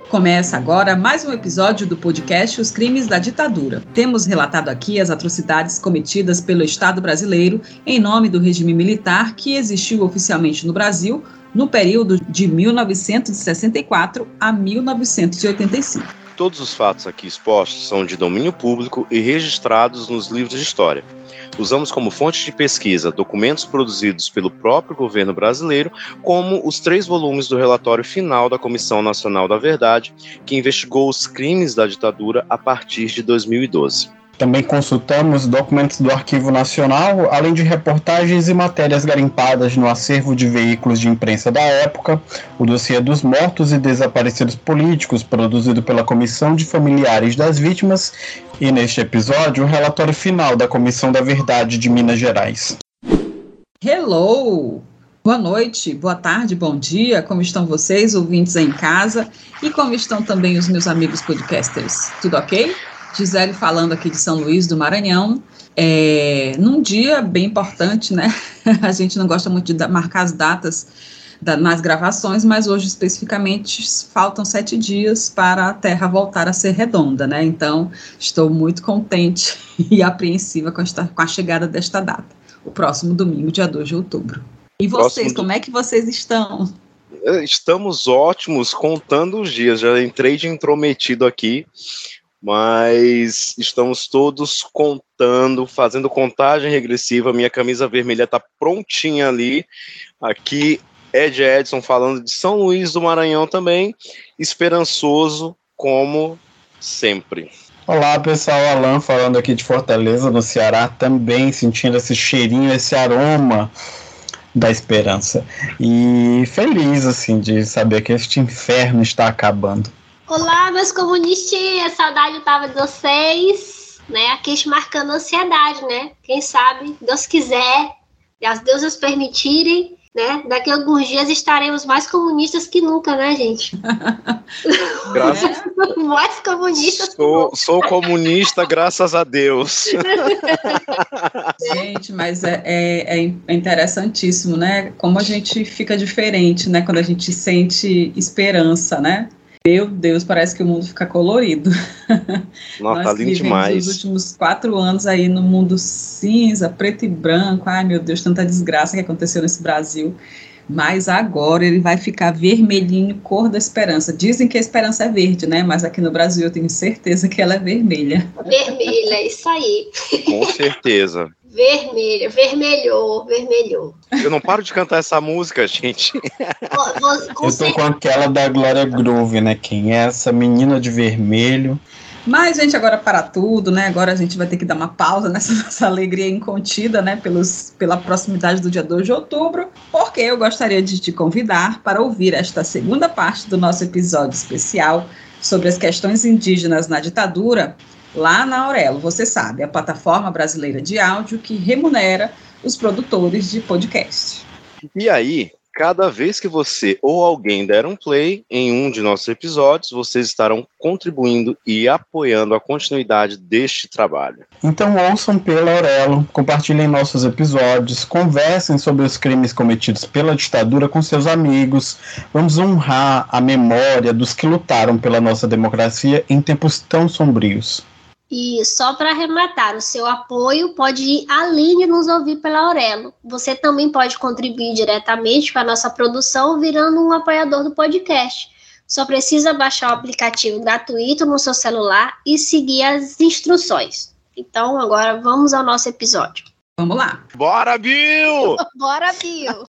Começa agora mais um episódio do podcast Os Crimes da Ditadura. Temos relatado aqui as atrocidades cometidas pelo Estado brasileiro em nome do regime militar que existiu oficialmente no Brasil no período de 1964 a 1985. Todos os fatos aqui expostos são de domínio público e registrados nos livros de história. Usamos como fonte de pesquisa documentos produzidos pelo próprio governo brasileiro, como os 3 volumes do relatório final da Comissão Nacional da Verdade, que investigou os crimes da ditadura a partir de 2012. Também consultamos documentos do Arquivo Nacional, além de reportagens e matérias garimpadas no acervo de veículos de imprensa da época, o dossiê dos mortos e desaparecidos políticos, produzido pela Comissão de Familiares das Vítimas, e neste episódio, o relatório final da Comissão da Verdade de Minas Gerais. Hello! Boa noite, boa tarde, bom dia, como estão vocês, ouvintes aí em casa, e como estão também os meus amigos podcasters? Tudo ok? Gisele falando aqui de São Luís do Maranhão, num dia bem importante, né? A gente não gosta muito de marcar as datas nas gravações, mas hoje especificamente faltam 7 dias para a Terra voltar a ser redonda, né? Então, estou muito contente e apreensiva com a chegada desta data, o próximo domingo, dia 2 de outubro. E vocês, como é que vocês estão? Estamos ótimos, contando os dias, já entrei de intrometido aqui, mas estamos todos contando, fazendo contagem regressiva. Minha camisa vermelha está prontinha ali. Aqui, Ed Edson falando de São Luís do Maranhão também, esperançoso como sempre. Olá pessoal, Alan falando aqui de Fortaleza, no Ceará, também sentindo esse cheirinho, esse aroma da esperança. E feliz, assim, de saber que este inferno está acabando. Olá, meus comunistinhas, saudade eu tava de vocês, né, aqui marcando a ansiedade, né, quem sabe, Deus quiser, e as deusas permitirem, né, daqui a alguns dias estaremos mais comunistas que nunca, né, gente? Graças... mais comunistas Sou comunista, graças a Deus. Gente, mas é interessantíssimo, né, como a gente fica diferente, né, quando a gente sente esperança, né? Meu Deus, parece que o mundo fica colorido. Nossa, tá lindo demais. Os últimos 4 anos aí no mundo cinza, preto e branco. Ai, meu Deus, tanta desgraça que aconteceu nesse Brasil. Mas agora ele vai ficar vermelhinho, cor da esperança. Dizem que a esperança é verde, né? Mas aqui no Brasil eu tenho certeza que ela é vermelha. Vermelha, isso aí. Com certeza. Vermelho, vermelhou. Eu não paro de cantar essa música, gente. Eu tô com aquela da Glória Groove, né? Quem é essa menina de vermelho? Mas, gente, agora para tudo, né? Agora a gente vai ter que dar uma pausa nessa nossa alegria incontida, né? Pela proximidade do dia 2 de outubro, porque eu gostaria de te convidar para ouvir esta segunda parte do nosso episódio especial sobre as questões indígenas na ditadura, lá na Aurelo, você sabe, a plataforma brasileira de áudio que remunera os produtores de podcast. E aí, cada vez que você ou alguém der um play em um de nossos episódios, vocês estarão contribuindo e apoiando a continuidade deste trabalho. Então ouçam pela Aurelo, compartilhem nossos episódios, conversem sobre os crimes cometidos pela ditadura com seus amigos. Vamos honrar a memória dos que lutaram pela nossa democracia em tempos tão sombrios. E só para arrematar, o seu apoio pode ir além de nos ouvir pela Aurelo. Você também pode contribuir diretamente com a nossa produção virando um apoiador do podcast. Só precisa baixar o aplicativo gratuito no seu celular e seguir as instruções. Então, agora vamos ao nosso episódio. Vamos lá. Bora, Bill! Bora, Bill!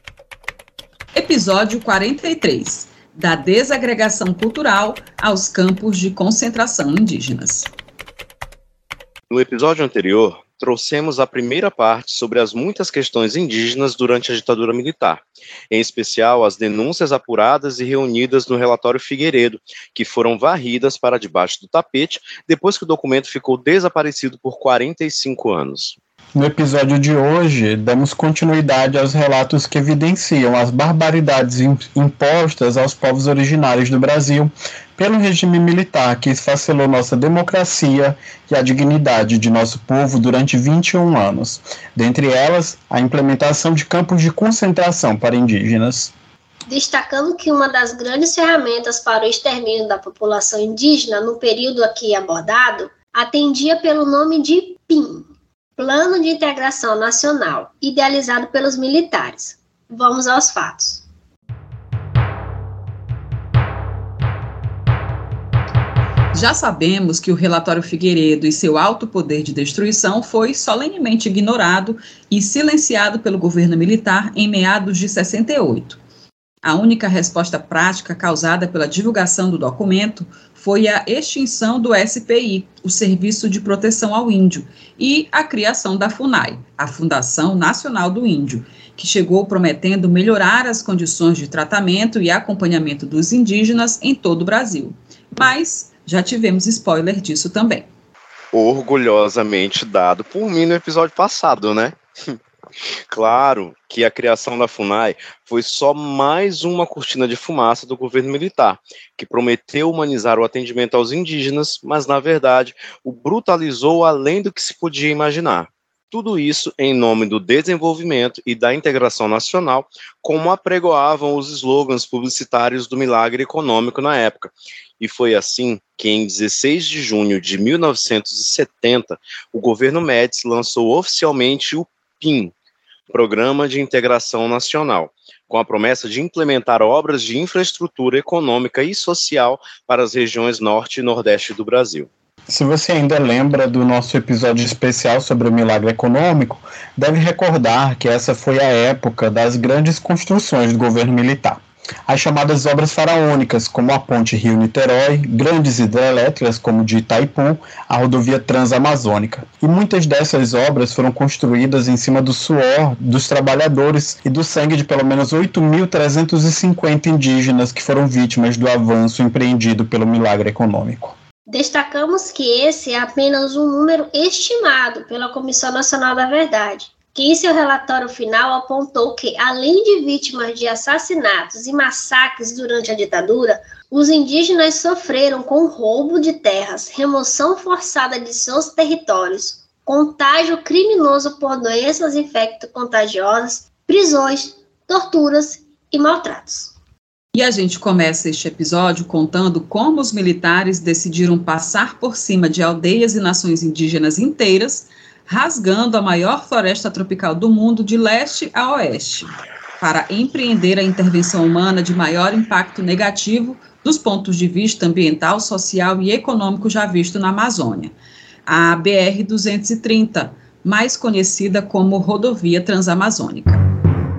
Episódio 43. Da desagregação cultural aos campos de concentração indígenas. No episódio anterior, trouxemos a primeira parte sobre as muitas questões indígenas durante a ditadura militar, em especial as denúncias apuradas e reunidas no relatório Figueiredo, que foram varridas para debaixo do tapete depois que o documento ficou desaparecido por 45 anos. No episódio de hoje, damos continuidade aos relatos que evidenciam as barbaridades impostas aos povos originários do Brasil pelo regime militar que esfacelou nossa democracia e a dignidade de nosso povo durante 21 anos. Dentre elas, a implementação de campos de concentração para indígenas. destacando que uma das grandes ferramentas para o extermínio da população indígena no período aqui abordado atendia pelo nome de PIN, Plano de Integração Nacional, idealizado pelos militares. Vamos aos fatos. Já sabemos que o relatório Figueiredo e seu alto poder de destruição foi solenemente ignorado e silenciado pelo governo militar em meados de 68. A única resposta prática causada pela divulgação do documento foi a extinção do SPI, o Serviço de Proteção ao Índio, e a criação da FUNAI, a Fundação Nacional do Índio, que chegou prometendo melhorar as condições de tratamento e acompanhamento dos indígenas em todo o Brasil. Mas já tivemos spoiler disso também. Orgulhosamente dado por mim no episódio passado, né? Claro que a criação da FUNAI foi só mais uma cortina de fumaça do governo militar, que prometeu humanizar o atendimento aos indígenas, mas, na verdade, o brutalizou além do que se podia imaginar. Tudo isso em nome do desenvolvimento e da integração nacional, como apregoavam os slogans publicitários do milagre econômico na época. E foi assim que, em 16 de junho de 1970, o governo Médici lançou oficialmente o PIN, Programa de Integração Nacional, com a promessa de implementar obras de infraestrutura econômica e social para as regiões norte e nordeste do Brasil. Se você ainda lembra do nosso episódio especial sobre o milagre econômico, deve recordar que essa foi a época das grandes construções do governo militar. As chamadas obras faraônicas, como a ponte Rio-Niterói, grandes hidrelétricas, como de Itaipu, a rodovia transamazônica. E muitas dessas obras foram construídas em cima do suor dos trabalhadores e do sangue de pelo menos 8.350 indígenas que foram vítimas do avanço empreendido pelo milagre econômico. Destacamos que esse é apenas um número estimado pela Comissão Nacional da Verdade, que em seu relatório final apontou que, além de vítimas de assassinatos e massacres durante a ditadura, os indígenas sofreram com roubo de terras, remoção forçada de seus territórios, contágio criminoso por doenças infecto-contagiosas, prisões, torturas e maltratos. E a gente começa este episódio contando como os militares decidiram passar por cima de aldeias e nações indígenas inteiras, rasgando a maior floresta tropical do mundo de leste a oeste, para empreender a intervenção humana de maior impacto negativo dos pontos de vista ambiental, social e econômico já visto na Amazônia, a BR-230, mais conhecida como Rodovia Transamazônica.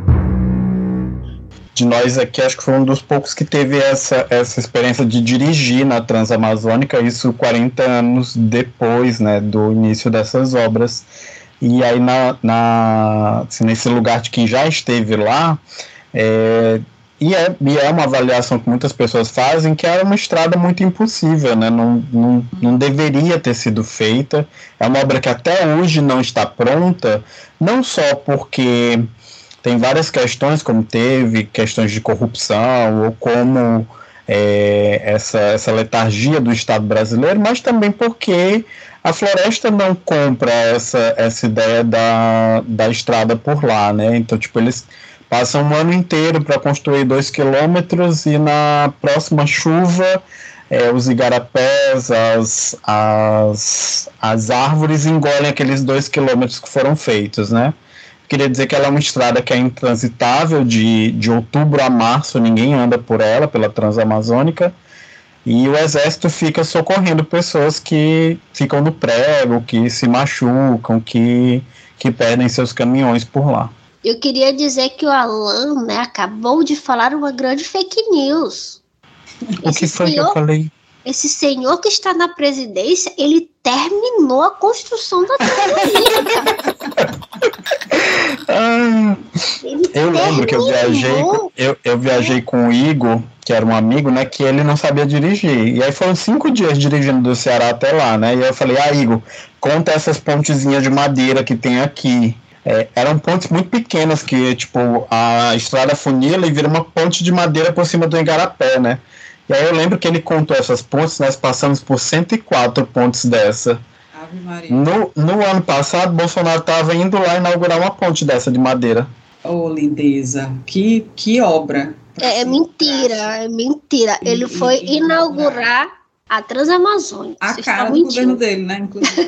De nós aqui, acho que foi um dos poucos que teve essa experiência de dirigir na Transamazônica, isso 40 anos depois, né, do início dessas obras. E aí, assim, nesse lugar de quem já esteve lá, e é uma avaliação que muitas pessoas fazem, que era uma estrada muito impossível, né, não deveria ter sido feita. É uma obra que até hoje não está pronta, não só porque tem várias questões, como teve questões de corrupção, ou como essa letargia do Estado brasileiro, mas também porque a floresta não compra essa ideia da estrada por lá, né? Então, tipo, eles passam um ano inteiro para construir 2 quilômetros e na próxima chuva os igarapés, as árvores engolem aqueles 2 quilômetros que foram feitos, né? Queria dizer que ela é uma estrada que é intransitável de outubro a março, ninguém anda por ela, pela Transamazônica, e o Exército fica socorrendo pessoas que ficam no prego, que se machucam, que perdem seus caminhões por lá. Eu queria dizer que o Alan, né, acabou de falar uma grande fake news. O que foi que eu falei? Esse senhor que está na presidência, ele terminou a construção da Transamazônica. Eu lembro que eu viajei com o Igor, que era um amigo, né, que ele não sabia dirigir. E aí foram 5 dias dirigindo do Ceará até lá, né? E aí eu falei, Igor, conta essas pontezinhas de madeira que tem aqui. Eram pontes muito pequenas, que tipo, a estrada funila e vira uma ponte de madeira por cima do igarapé, né? E aí eu lembro que ele contou essas pontes, nós passamos por 104 pontes dessa. Ave Maria. No ano passado, Bolsonaro estava indo lá inaugurar uma ponte dessa de madeira. Oh, lindeza, que obra. É mentira. Ele foi inaugurar a Transamazônica. A cara do governo dele, né? Inclusive.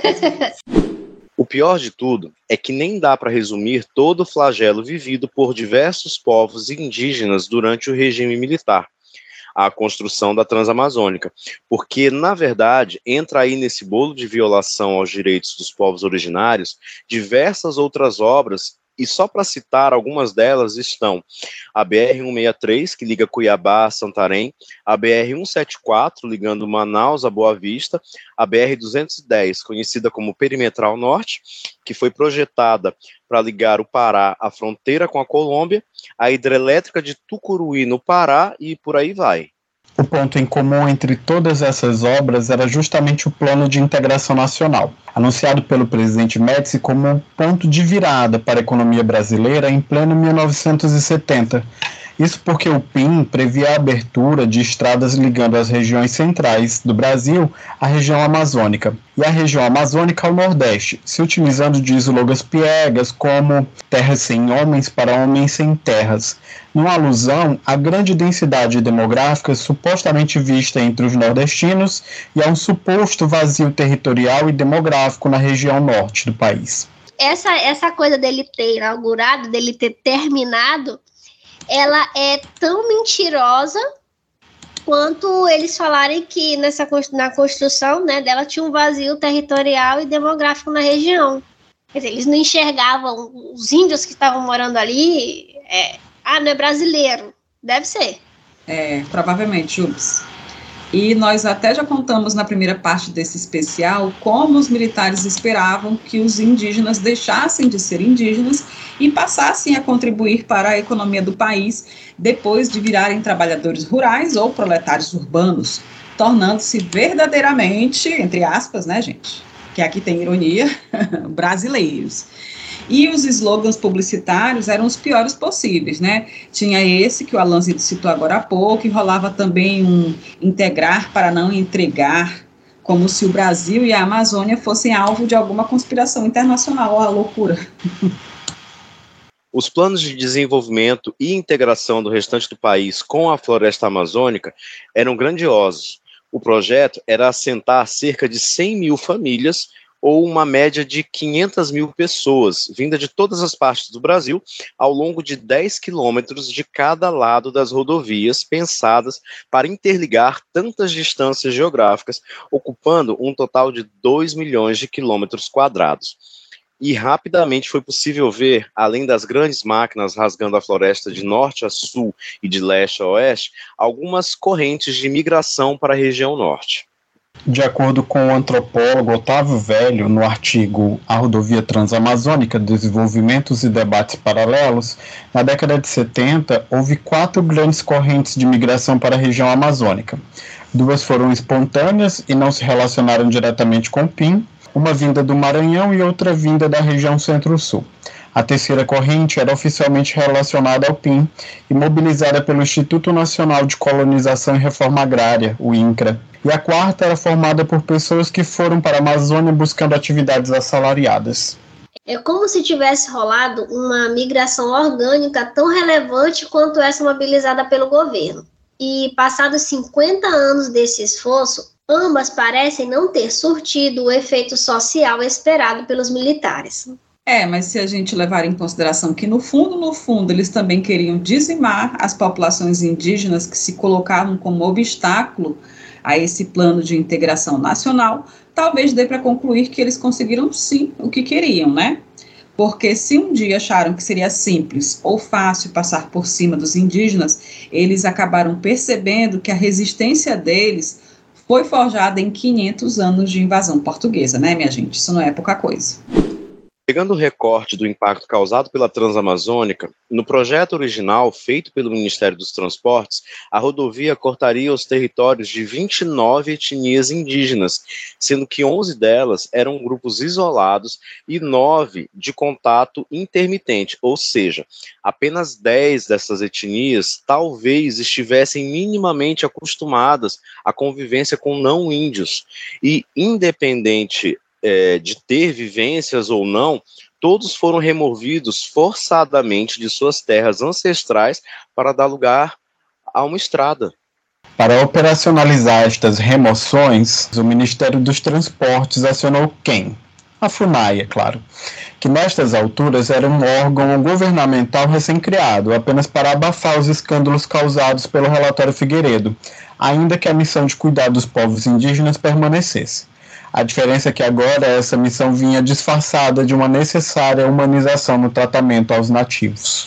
O pior de tudo é que nem dá para resumir todo o flagelo vivido por diversos povos indígenas durante o regime militar, a construção da Transamazônica, porque, na verdade, entra aí nesse bolo de violação aos direitos dos povos originários diversas outras obras, e só para citar algumas delas estão a BR-163, que liga Cuiabá a Santarém, a BR-174, ligando Manaus a Boa Vista, a BR-210, conhecida como Perimetral Norte, que foi projetada para ligar o Pará à fronteira com a Colômbia, a hidrelétrica de Tucuruí, no Pará, e por aí vai. O ponto em comum entre todas essas obras era justamente o Plano de Integração Nacional, anunciado pelo presidente Médici como um ponto de virada para a economia brasileira em pleno 1970. Isso porque o PIN previa a abertura de estradas ligando as regiões centrais do Brasil à região amazônica e a região amazônica ao Nordeste, se utilizando de slogans piegas como terras sem homens para homens sem terras, numa alusão à grande densidade demográfica supostamente vista entre os nordestinos e a um suposto vazio territorial e demográfico na região norte do país. Essa coisa dele ter inaugurado, dele ter terminado, ela é tão mentirosa quanto eles falarem que na construção, né, dela tinha um vazio territorial e demográfico na região. Quer dizer, eles não enxergavam os índios que estavam morando ali. Não é brasileiro. Deve ser. Provavelmente, Júlio. E nós até já contamos na primeira parte desse especial como os militares esperavam que os indígenas deixassem de ser indígenas e passassem a contribuir para a economia do país depois de virarem trabalhadores rurais ou proletários urbanos, tornando-se verdadeiramente, entre aspas, né, gente, que aqui tem ironia, brasileiros. E os slogans publicitários eram os piores possíveis, né? Tinha esse que o Alanzito citou agora há pouco, e rolava também um integrar para não entregar, como se o Brasil e a Amazônia fossem alvo de alguma conspiração internacional. A loucura. Os planos de desenvolvimento e integração do restante do país com a floresta amazônica eram grandiosos. O projeto era assentar cerca de 100 mil famílias, ou uma média de 500 mil pessoas, vinda de todas as partes do Brasil, ao longo de 10 quilômetros de cada lado das rodovias, pensadas para interligar tantas distâncias geográficas, ocupando um total de 2 milhões de quilômetros quadrados. E rapidamente foi possível ver, além das grandes máquinas rasgando a floresta de norte a sul e de leste a oeste, algumas correntes de migração para a região norte. De acordo com o antropólogo Otávio Velho, no artigo A Rodovia Transamazônica, Desenvolvimentos e Debates Paralelos, na década de 70, houve 4 grandes correntes de migração para a região amazônica. 2 foram espontâneas e não se relacionaram diretamente com o PIN, uma vinda do Maranhão e outra vinda da região Centro-Sul. A terceira corrente era oficialmente relacionada ao PIN e mobilizada pelo Instituto Nacional de Colonização e Reforma Agrária, o INCRA. E a quarta era formada por pessoas que foram para a Amazônia buscando atividades assalariadas. É como se tivesse rolado uma migração orgânica tão relevante quanto essa mobilizada pelo governo. E passados 50 anos desse esforço, ambas parecem não ter surtido o efeito social esperado pelos militares. Mas se a gente levar em consideração que no fundo, eles também queriam dizimar as populações indígenas que se colocavam como obstáculo a esse plano de integração nacional, talvez dê para concluir que eles conseguiram sim o que queriam, né? Porque se um dia acharam que seria simples ou fácil passar por cima dos indígenas, eles acabaram percebendo que a resistência deles foi forjada em 500 anos de invasão portuguesa, né, minha gente? Isso não é pouca coisa. Pegando o recorte do impacto causado pela Transamazônica, no projeto original feito pelo Ministério dos Transportes, a rodovia cortaria os territórios de 29 etnias indígenas, sendo que 11 delas eram grupos isolados e 9 de contato intermitente, ou seja, apenas 10 dessas etnias talvez estivessem minimamente acostumadas à convivência com não-índios, e independente de ter vivências ou não, todos foram removidos forçadamente de suas terras ancestrais para dar lugar a uma estrada. Para operacionalizar estas remoções, o Ministério dos Transportes acionou quem? A FUNAI, é claro, que nestas alturas era um órgão governamental recém-criado, apenas para abafar os escândalos causados pelo relatório Figueiredo, ainda que a missão de cuidar dos povos indígenas permanecesse. A diferença é que agora essa missão vinha disfarçada de uma necessária humanização no tratamento aos nativos.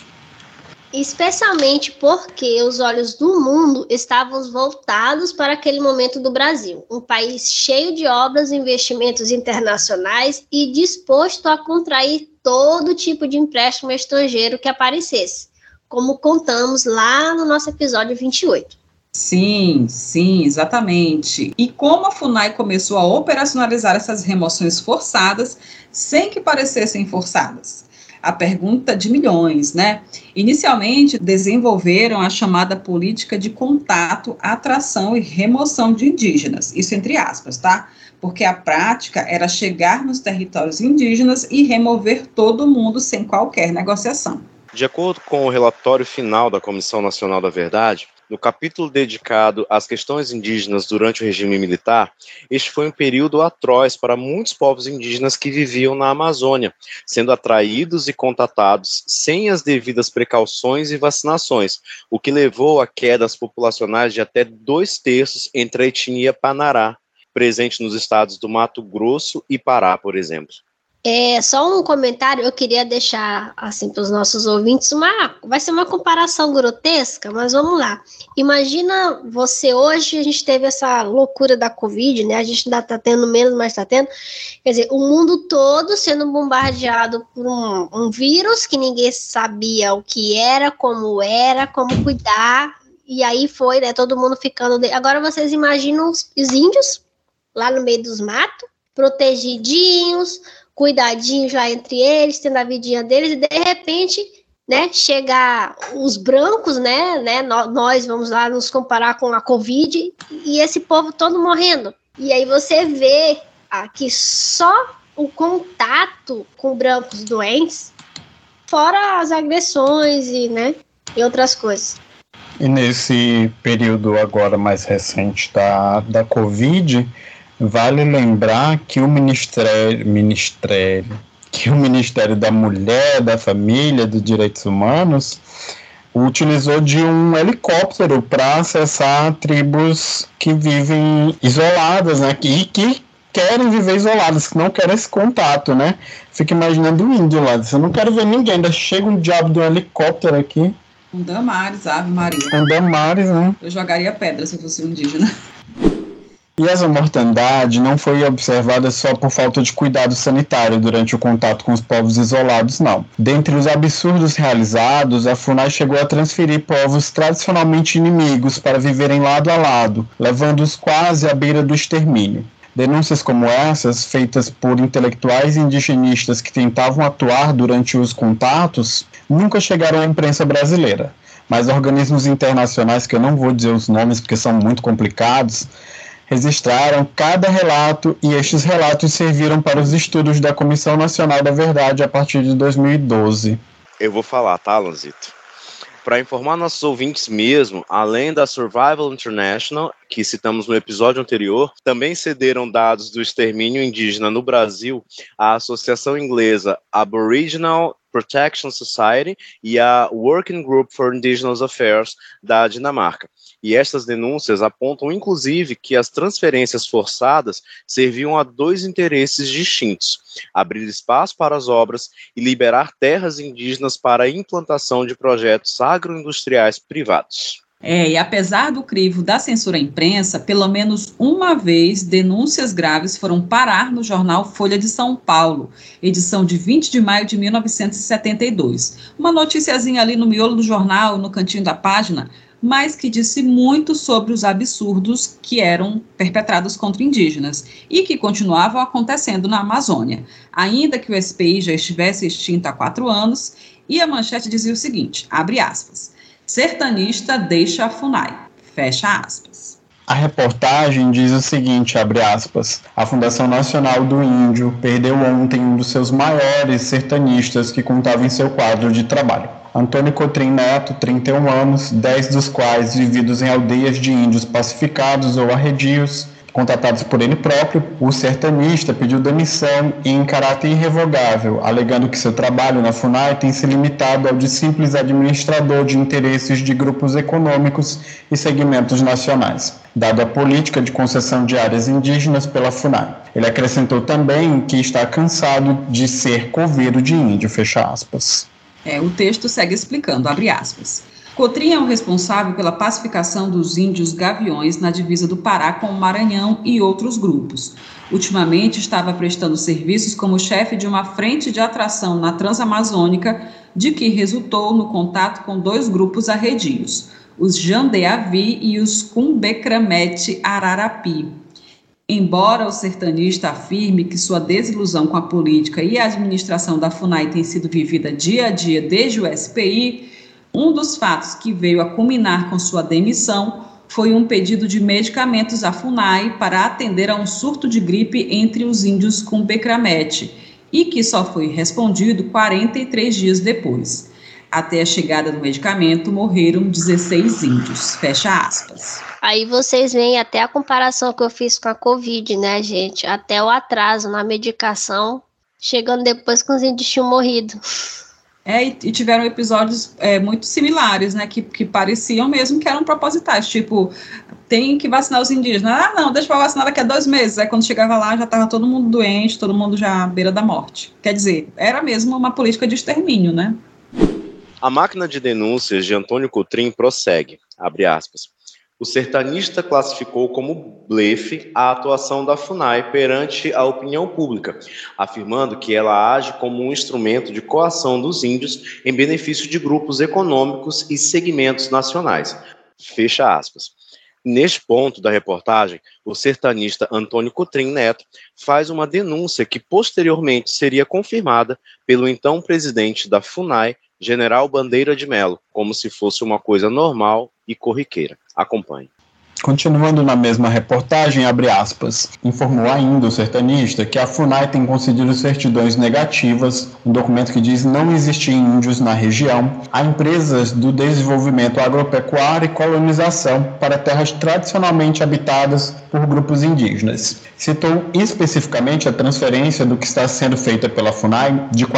Especialmente porque os olhos do mundo estavam voltados para aquele momento do Brasil, um país cheio de obras e investimentos internacionais e disposto a contrair todo tipo de empréstimo estrangeiro que aparecesse, como contamos lá no nosso episódio 28. Sim, exatamente. E como a FUNAI começou a operacionalizar essas remoções forçadas sem que parecessem forçadas? A pergunta de milhões, né? Inicialmente, desenvolveram a chamada política de contato, atração e remoção de indígenas, isso entre aspas, tá? Porque a prática era chegar nos territórios indígenas e remover todo mundo sem qualquer negociação. De acordo com o relatório final da Comissão Nacional da Verdade, no capítulo dedicado às questões indígenas durante o regime militar, este foi um período atroz para muitos povos indígenas que viviam na Amazônia, sendo atraídos e contatados sem as devidas precauções e vacinações, o que levou a quedas populacionais de até 2/3 entre a etnia Panará, presente nos estados do Mato Grosso e Pará, por exemplo. Só um comentário, eu queria deixar assim para os nossos ouvintes, vai ser uma comparação grotesca, mas vamos lá. Imagina você hoje, a gente teve essa loucura da Covid, né? A gente ainda está tendo menos, mas está tendo. Quer dizer, o mundo todo sendo bombardeado por um vírus que ninguém sabia o que era, como cuidar, e aí foi, né? Todo mundo ficando... Agora vocês imaginam os índios lá no meio dos matos, protegidinhos, cuidadinho já entre eles, tendo a vidinha deles, e de repente, né, chegar os brancos, né, nós vamos lá nos comparar com a Covid, e esse povo todo morrendo. E aí você vê que só o contato com brancos doentes, fora as agressões e outras coisas. E nesse período agora mais recente da Covid, vale lembrar que o Ministério da Mulher, da Família, dos Direitos Humanos utilizou de um helicóptero para acessar tribos que vivem isoladas, né? Que querem viver isoladas, que não querem esse contato, né? Fica imaginando o índio lá, eu não quero ver ninguém, ainda chega um diabo de um helicóptero aqui. Um Damares, Ave Maria. Um Damares, né? Eu jogaria pedra se eu fosse um indígena. E essa mortandade não foi observada só por falta de cuidado sanitário durante o contato com os povos isolados, não. Dentre os absurdos realizados, a FUNAI chegou a transferir povos tradicionalmente inimigos para viverem lado a lado, levando-os quase à beira do extermínio. Denúncias como essas, feitas por intelectuais indigenistas que tentavam atuar durante os contatos, nunca chegaram à imprensa brasileira. Mas organismos internacionais, que eu não vou dizer os nomes porque são muito complicados, registraram cada relato, e estes relatos serviram para os estudos da Comissão Nacional da Verdade a partir de 2012. Eu vou falar, tá, Lanzito? Para informar nossos ouvintes mesmo, além da Survival International, que citamos no episódio anterior, também cederam dados do extermínio indígena no Brasil à associação inglesa Aboriginal Protection Society e a Working Group for Indigenous Affairs da Dinamarca. E estas denúncias apontam, inclusive, que as transferências forçadas serviam a dois interesses distintos: abrir espaço para as obras e liberar terras indígenas para a implantação de projetos agroindustriais privados. E apesar do crivo da censura à imprensa, pelo menos uma vez denúncias graves foram parar no jornal Folha de São Paulo, edição de 20 de maio de 1972. Uma noticiazinha ali no miolo do jornal, no cantinho da página, mas que disse muito sobre os absurdos que eram perpetrados contra indígenas e que continuavam acontecendo na Amazônia, ainda que o SPI já estivesse extinto há 4 anos, e a manchete dizia o seguinte, abre aspas, sertanista deixa a FUNAI, fecha aspas. A reportagem diz o seguinte, abre aspas, a Fundação Nacional do Índio perdeu ontem um dos seus maiores sertanistas que contava em seu quadro de trabalho. Antônio Cotrim Neto, 31 anos, 10 dos quais vividos em aldeias de índios pacificados ou arredios, contatados por ele próprio. O sertanista pediu demissão em caráter irrevogável, alegando que seu trabalho na FUNAI tem se limitado ao de simples administrador de interesses de grupos econômicos e segmentos nacionais, dado a política de concessão de áreas indígenas pela FUNAI. Ele acrescentou também que está cansado de ser coveiro de índio, fecha aspas. O texto segue explicando, abre aspas. Cotrim é o responsável pela pacificação dos índios gaviões na divisa do Pará com o Maranhão e outros grupos. Ultimamente estava prestando serviços como chefe de uma frente de atração na Transamazônica, de que resultou no contato com 2 grupos arredios, os Jandeavi e os Cumbecramete Ararapi. Embora o sertanista afirme que sua desilusão com a política e a administração da FUNAI tem sido vivida dia a dia desde o SPI, um dos fatos que veio a culminar com sua demissão foi um pedido de medicamentos à FUNAI para atender a um surto de gripe entre os índios Cumbecramete, e que só foi respondido 43 dias depois. Até a chegada do medicamento, morreram 16 índios, fecha aspas. Aí vocês veem até a comparação que eu fiz com a Covid, né, gente? Até o atraso na medicação, chegando depois que os índios tinham morrido. E tiveram episódios muito similares, né, que pareciam mesmo que eram propositais, tipo, tem que vacinar os indígenas. Não, deixa para vacinar daqui a 2 meses. Aí quando chegava lá, já estava todo mundo doente, todo mundo já à beira da morte. Quer dizer, era mesmo uma política de extermínio, né? A máquina de denúncias de Antônio Cotrim prossegue, abre aspas. O sertanista classificou como blefe a atuação da FUNAI perante a opinião pública, afirmando que ela age como um instrumento de coação dos índios em benefício de grupos econômicos e segmentos nacionais. Fecha aspas. Neste ponto da reportagem, o sertanista Antônio Cotrim Neto faz uma denúncia que posteriormente seria confirmada pelo então presidente da FUNAI, General Bandeira de Melo, como se fosse uma coisa normal e corriqueira. Acompanhe. Continuando na mesma reportagem, abre aspas, informou ainda o sertanista que a FUNAI tem concedido certidões negativas, um documento que diz não existir índios na região, a empresas do desenvolvimento agropecuário e colonização para terras tradicionalmente habitadas por grupos indígenas. Citou especificamente a transferência do que está sendo feita pela FUNAI de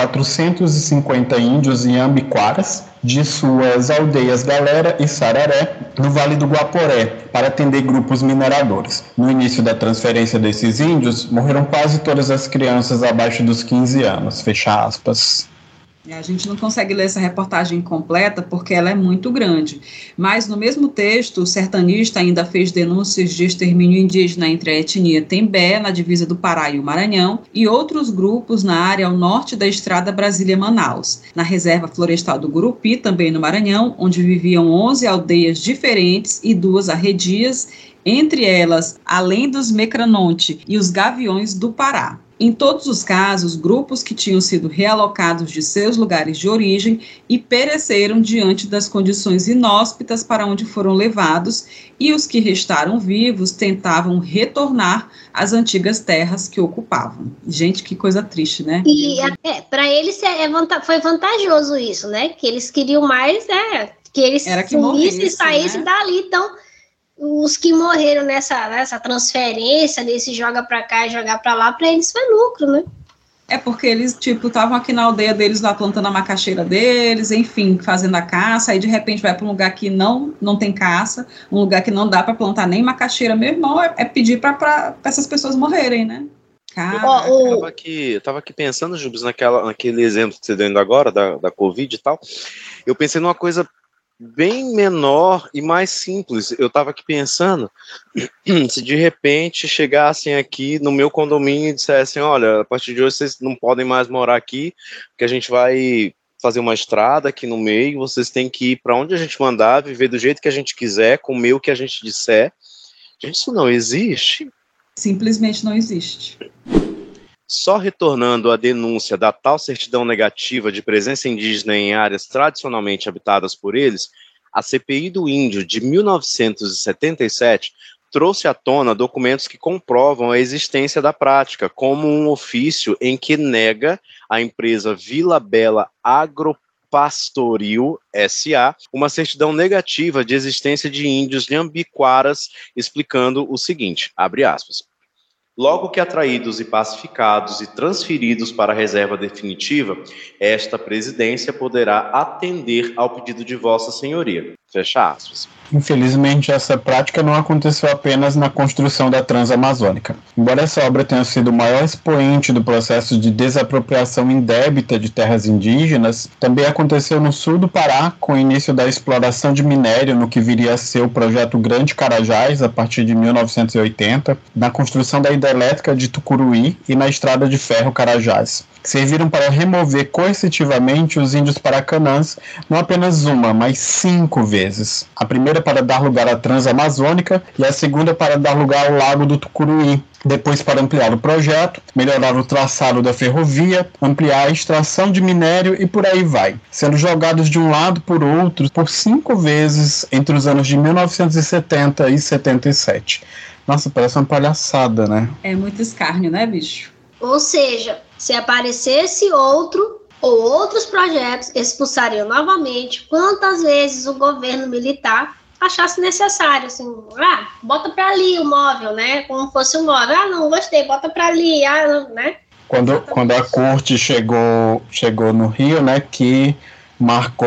450 índios em Ambiquaras, de suas aldeias Galera e Sararé, no Vale do Guaporé, para atender grupos mineradores. No início da transferência desses índios, morreram quase todas as crianças abaixo dos 15 anos, fecha aspas. A gente não consegue ler essa reportagem completa porque ela é muito grande, mas no mesmo texto o sertanista ainda fez denúncias de extermínio indígena entre a etnia Tembé, na divisa do Pará e o Maranhão, e outros grupos na área ao norte da estrada Brasília-Manaus, na reserva florestal do Gurupi, também no Maranhão, onde viviam 11 aldeias diferentes e 2 arredias, entre elas, além dos Mecranonte e os Gaviões do Pará. Em todos os casos, grupos que tinham sido realocados de seus lugares de origem e pereceram diante das condições inóspitas para onde foram levados, e os que restaram vivos tentavam retornar às antigas terras que ocupavam. Gente, que coisa triste, né? E para eles foi vantajoso isso, né? Que eles queriam mais, que eles sumissem e saíssem, né? Dali, então... Os que morreram nessa transferência, desse joga pra cá e jogar pra lá, pra eles foi lucro, né? É porque eles, estavam aqui na aldeia deles, lá plantando a macaxeira deles, enfim, fazendo a caça, aí de repente vai para um lugar que não tem caça, um lugar que não dá para plantar nem macaxeira, meu irmão, é pedir para essas pessoas morrerem, né? Eu tava aqui pensando, Jubes, naquele exemplo que você deu ainda agora, da Covid e tal, eu pensei numa coisa bem menor e mais simples. Eu estava aqui pensando, se de repente chegassem aqui no meu condomínio e dissessem, olha, a partir de hoje vocês não podem mais morar aqui, porque a gente vai fazer uma estrada aqui no meio, vocês têm que ir para onde a gente mandar, viver do jeito que a gente quiser, comer o que a gente disser. Gente, isso não existe. Simplesmente não existe. Só retornando à denúncia da tal certidão negativa de presença indígena em áreas tradicionalmente habitadas por eles, a CPI do Índio de 1977 trouxe à tona documentos que comprovam a existência da prática, como um ofício em que nega a empresa Vila Bela Pastoril S.A. uma certidão negativa de existência de índios Nhambiquaras, explicando o seguinte, abre aspas, logo que atraídos e pacificados e transferidos para a reserva definitiva, esta presidência poderá atender ao pedido de Vossa Senhoria. Fecha aspas. Infelizmente, essa prática não aconteceu apenas na construção da Transamazônica. Embora essa obra tenha sido o maior expoente do processo de desapropriação indébita de terras indígenas, também aconteceu no sul do Pará, com o início da exploração de minério no que viria a ser o projeto Grande Carajás, a partir de 1980, na construção da hidrelétrica de Tucuruí e na estrada de ferro Carajás, que serviram para remover coercitivamente os índios paracanãs não apenas uma, mas 5 vezes. A primeira para dar lugar à Transamazônica e a segunda para dar lugar ao Lago do Tucuruí. Depois para ampliar o projeto, melhorar o traçado da ferrovia, ampliar a extração de minério e por aí vai, sendo jogados de um lado por outro por 5 vezes entre os anos de 1970 e 77. Nossa, parece uma palhaçada, né? É muito escárnio, né, bicho? Ou seja, se aparecesse outro ou outros projetos, expulsariam novamente quantas vezes o governo militar achasse necessário, assim, bota pra ali o móvel, né, como fosse um móvel, não gostei, bota pra ali, né. Quando a corte chegou no Rio, né, que marcou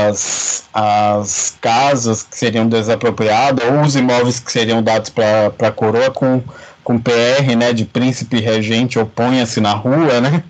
as casas que seriam desapropriadas ou os imóveis que seriam dados para a coroa com PR, né, de príncipe regente, oponha-se na rua, né,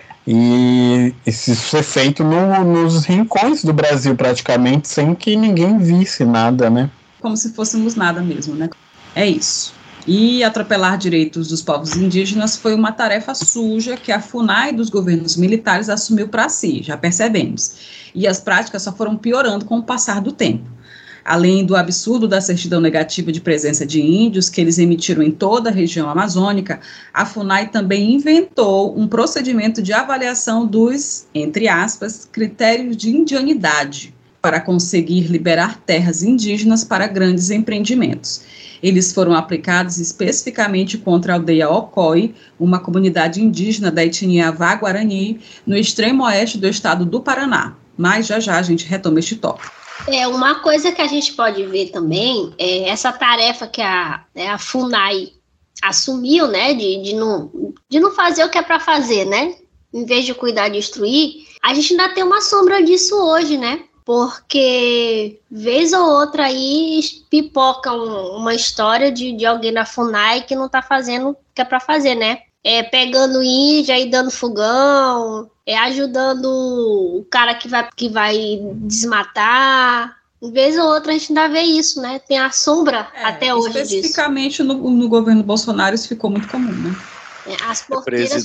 e isso foi feito nos rincões do Brasil praticamente, sem que ninguém visse nada, né. Como se fôssemos nada mesmo, né. É isso. E atropelar direitos dos povos indígenas foi uma tarefa suja que a FUNAI dos governos militares assumiu para si, já percebemos. E as práticas só foram piorando com o passar do tempo. Além do absurdo da certidão negativa de presença de índios, que eles emitiram em toda a região amazônica, a FUNAI também inventou um procedimento de avaliação dos, entre aspas, critérios de indianidade, para conseguir liberar terras indígenas para grandes empreendimentos. Eles foram aplicados especificamente contra a aldeia Ocói, uma comunidade indígena da etnia Avá-Guarani, no extremo oeste do estado do Paraná. Mas já a gente retoma este tópico. Uma coisa que a gente pode ver também é essa tarefa que a FUNAI assumiu, né, de não fazer o que é para fazer, né, em vez de cuidar de instruir, a gente ainda tem uma sombra disso hoje, né, porque vez ou outra aí pipoca uma história de alguém da FUNAI que não tá fazendo o que é para fazer, né, pegando índia e dando fogão, ajudando o cara que vai desmatar. Uma vez ou outra a gente ainda vê isso, né? Tem a sombra até hoje disso. Especificamente no governo Bolsonaro isso ficou muito comum, né? O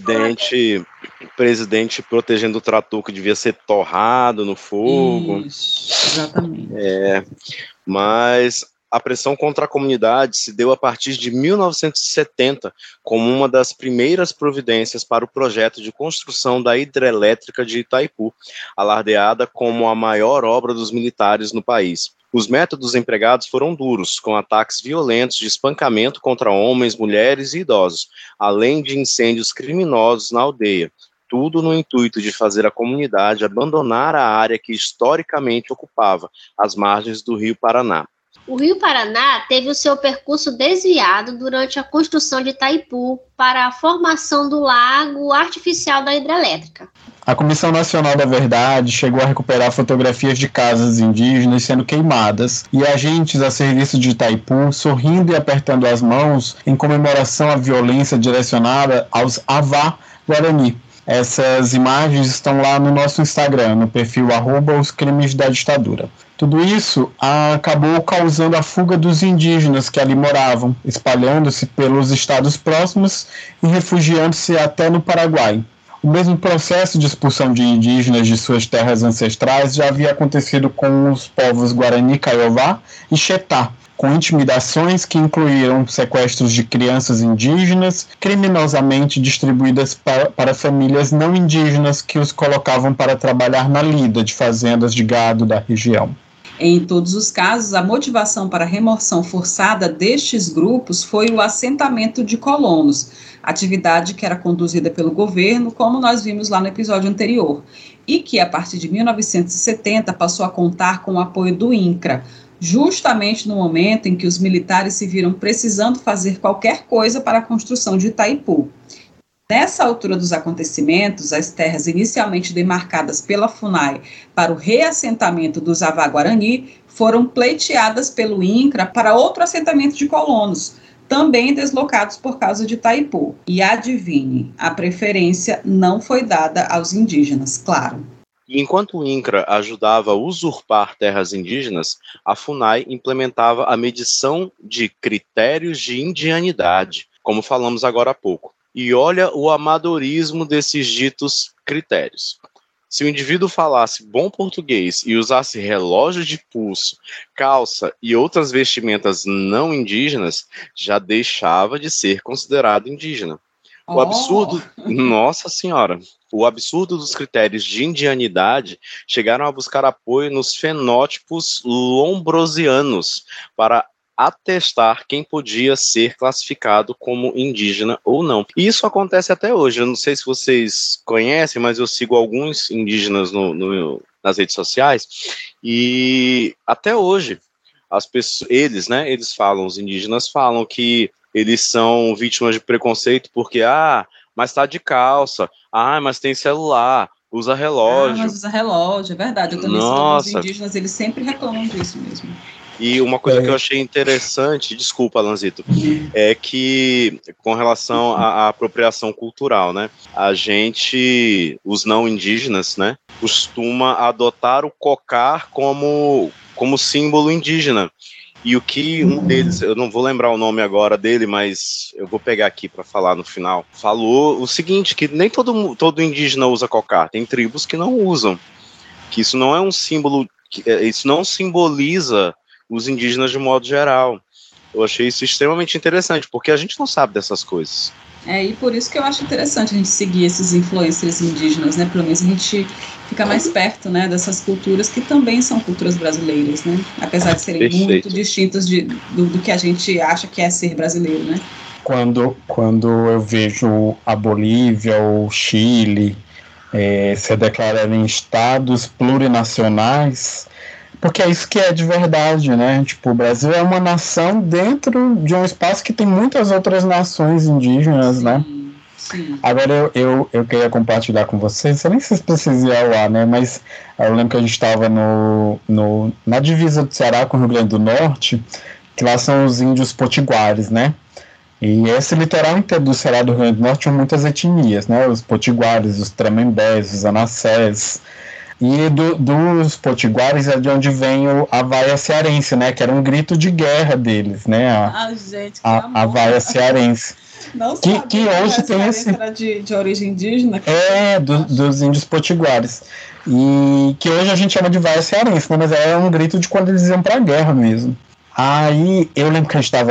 presidente protegendo o trator que devia ser torrado no fogo. Isso, exatamente. Mas a pressão contra a comunidade se deu a partir de 1970 como uma das primeiras providências para o projeto de construção da hidrelétrica de Itaipu, alardeada como a maior obra dos militares no país. Os métodos empregados foram duros, com ataques violentos de espancamento contra homens, mulheres e idosos, além de incêndios criminosos na aldeia. Tudo no intuito de fazer a comunidade abandonar a área que historicamente ocupava as margens do Rio Paraná. O Rio Paraná teve o seu percurso desviado durante a construção de Itaipu para a formação do lago artificial da hidrelétrica. A Comissão Nacional da Verdade chegou a recuperar fotografias de casas indígenas sendo queimadas e agentes a serviço de Itaipu sorrindo e apertando as mãos em comemoração à violência direcionada aos Avá-Guarani. Essas imagens estão lá no nosso Instagram, no perfil @oscrimesdaditadura. Tudo isso acabou causando a fuga dos indígenas que ali moravam, espalhando-se pelos estados próximos e refugiando-se até no Paraguai. O mesmo processo de expulsão de indígenas de suas terras ancestrais já havia acontecido com os povos Guarani, Kaiowá e Xetá, com intimidações que incluíram sequestros de crianças indígenas, criminosamente distribuídas para famílias não indígenas que os colocavam para trabalhar na lida de fazendas de gado da região. Em todos os casos, a motivação para a remoção forçada destes grupos foi o assentamento de colonos, atividade que era conduzida pelo governo, como nós vimos lá no episódio anterior, e que, a partir de 1970, passou a contar com o apoio do INCRA, justamente no momento em que os militares se viram precisando fazer qualquer coisa para a construção de Itaipu. Nessa altura dos acontecimentos, as terras inicialmente demarcadas pela FUNAI para o reassentamento dos Avá-Guarani foram pleiteadas pelo INCRA para outro assentamento de colonos, também deslocados por causa de Itaipu. E adivinhe, a preferência não foi dada aos indígenas, claro. Enquanto o INCRA ajudava a usurpar terras indígenas, a FUNAI implementava a medição de critérios de indianidade, como falamos agora há pouco. E olha o amadorismo desses ditos critérios. Se o indivíduo falasse bom português e usasse relógio de pulso, calça e outras vestimentas não indígenas, já deixava de ser considerado indígena. O absurdo, nossa senhora, o absurdo dos critérios de indianidade chegaram a buscar apoio nos fenótipos lombrosianos para atestar quem podia ser classificado como indígena ou não. E isso acontece até hoje. Eu não sei se vocês conhecem, mas eu sigo alguns indígenas nas redes sociais, e até hoje as pessoas, eles falam, os indígenas falam que eles são vítimas de preconceito porque, mas tá de calça, mas tem celular, usa relógio. Mas usa relógio, é verdade. Eu também sigo alguns indígenas, eles sempre reclamam disso mesmo. E uma coisa que eu achei interessante, desculpa, Alanzito, é que com relação à apropriação cultural, né, a gente, os não indígenas, né, costuma adotar o cocar como símbolo indígena. E o que um deles, eu não vou lembrar o nome agora dele, mas eu vou pegar aqui para falar no final, falou o seguinte, que nem todo indígena usa cocar, tem tribos que não usam, que isso não é um símbolo, isso não simboliza os indígenas de modo geral. Eu achei isso extremamente interessante, porque a gente não sabe dessas coisas. E por isso que eu acho interessante a gente seguir esses influencers indígenas, né? Pelo menos a gente fica mais perto, né, dessas culturas que também são culturas brasileiras, né? Apesar de serem muito distintas do que a gente acha que é ser brasileiro, né? Quando eu vejo a Bolívia ou o Chile se declararem estados plurinacionais, porque é isso que é de verdade, né? Tipo, o Brasil é uma nação dentro de um espaço que tem muitas outras nações indígenas, né? Sim. Agora eu queria compartilhar com vocês, eu nem sei se precisa ir ao ar, né? Mas eu lembro que a gente estava na divisa do Ceará com o Rio Grande do Norte, que lá são os índios potiguares, né? E esse litoral inteiro do Ceará do Rio Grande do Norte tinha muitas etnias, né? Os potiguares, os tremembés, os anassés. E dos potiguares é de onde vem a vaia cearense, né? Que era um grito de guerra deles, né? Gente, que a vaia cearense. Não que hoje tem esse... Era de origem indígena? Dos índios potiguares. E que hoje a gente chama de vaia cearense, né? Mas era um grito de quando eles iam pra guerra mesmo. Aí eu lembro que a gente estava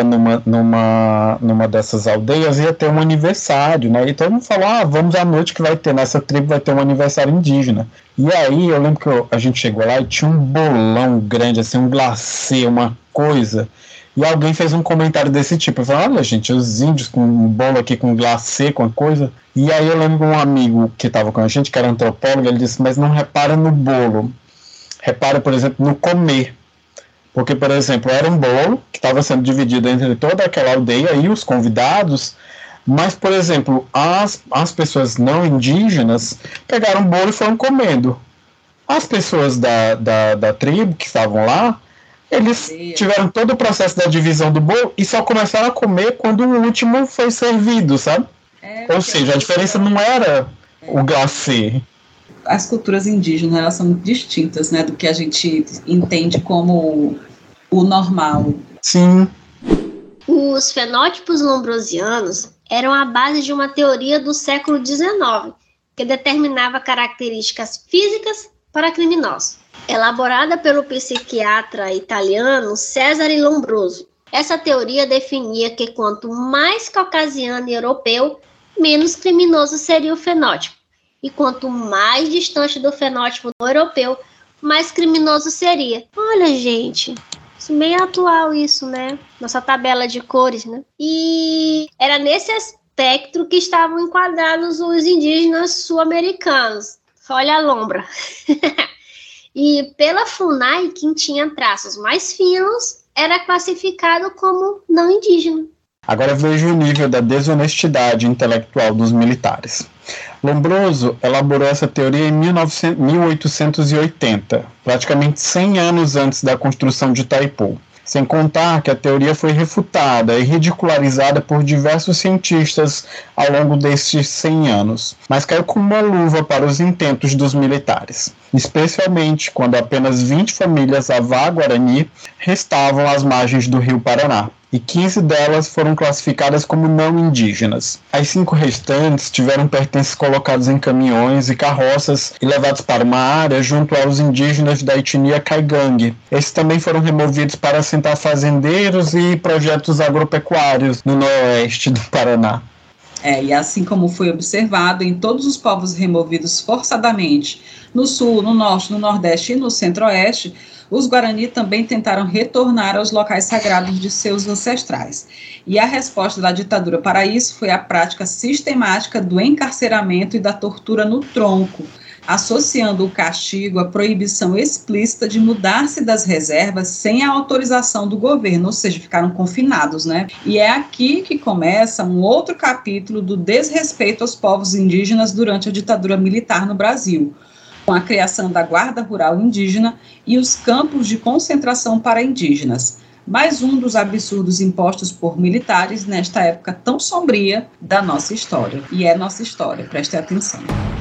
numa dessas aldeias, ia ter um aniversário, né? E todo mundo falou, vamos à noite que vai ter, nessa tribo vai ter um aniversário indígena. E aí eu lembro que a gente chegou lá e tinha um bolão grande, assim, um glacê, uma coisa. E alguém fez um comentário desse tipo, eu falei, olha gente, os índios com um bolo aqui com glacê, com a coisa. E aí eu lembro que um amigo que estava com a gente, que era antropólogo, ele disse, mas não repara no bolo, repara, por exemplo, no comer. Porque, por exemplo, era um bolo que estava sendo dividido entre toda aquela aldeia e os convidados, mas, por exemplo, as pessoas não indígenas pegaram o bolo e foram comendo. As pessoas da tribo que estavam lá, eles tiveram todo o processo da divisão do bolo e só começaram a comer quando o último foi servido, sabe? Ou seja, a diferença não era o glacê. As culturas indígenas, elas são muito distintas, né, do que a gente entende como o normal. Sim. Os fenótipos lombrosianos eram a base de uma teoria do século XIX, que determinava características físicas para criminosos. Elaborada pelo psiquiatra italiano Cesare Lombroso. Essa teoria definia que quanto mais caucasiano e europeu, menos criminoso seria o fenótipo. E quanto mais distante do fenótipo europeu, mais criminoso seria. Olha, gente, bem atual isso, né? Nossa tabela de cores, né? E era nesse espectro que estavam enquadrados os indígenas sul-americanos. Olha a lombra. E pela FUNAI, quem tinha traços mais finos era classificado como não indígena. Agora veja o nível da desonestidade intelectual dos militares. Lombroso elaborou essa teoria em 1880, praticamente 100 anos antes da construção de Itaipu. Sem contar que a teoria foi refutada e ridicularizada por diversos cientistas ao longo destes 100 anos, mas caiu como uma luva para os intentos dos militares, especialmente quando apenas 20 famílias Avá-Guarani restavam às margens do rio Paraná, e 15 delas foram classificadas como não indígenas. As 5 restantes tiveram pertences colocados em caminhões e carroças e levados para uma área junto aos indígenas da etnia Caigangue. Esses também foram removidos para assentar fazendeiros e projetos agropecuários no noroeste do Paraná. E assim como foi observado em todos os povos removidos forçadamente no sul, no norte, no nordeste e no centro-oeste, os Guarani também tentaram retornar aos locais sagrados de seus ancestrais. E a resposta da ditadura para isso foi a prática sistemática do encarceramento e da tortura no tronco, associando o castigo à proibição explícita de mudar-se das reservas sem a autorização do governo, ou seja, ficaram confinados, né? E é aqui que começa um outro capítulo do desrespeito aos povos indígenas durante a ditadura militar no Brasil, com a criação da Guarda Rural Indígena e os campos de concentração para indígenas. Mais um dos absurdos impostos por militares nesta época tão sombria da nossa história. E é nossa história, preste atenção.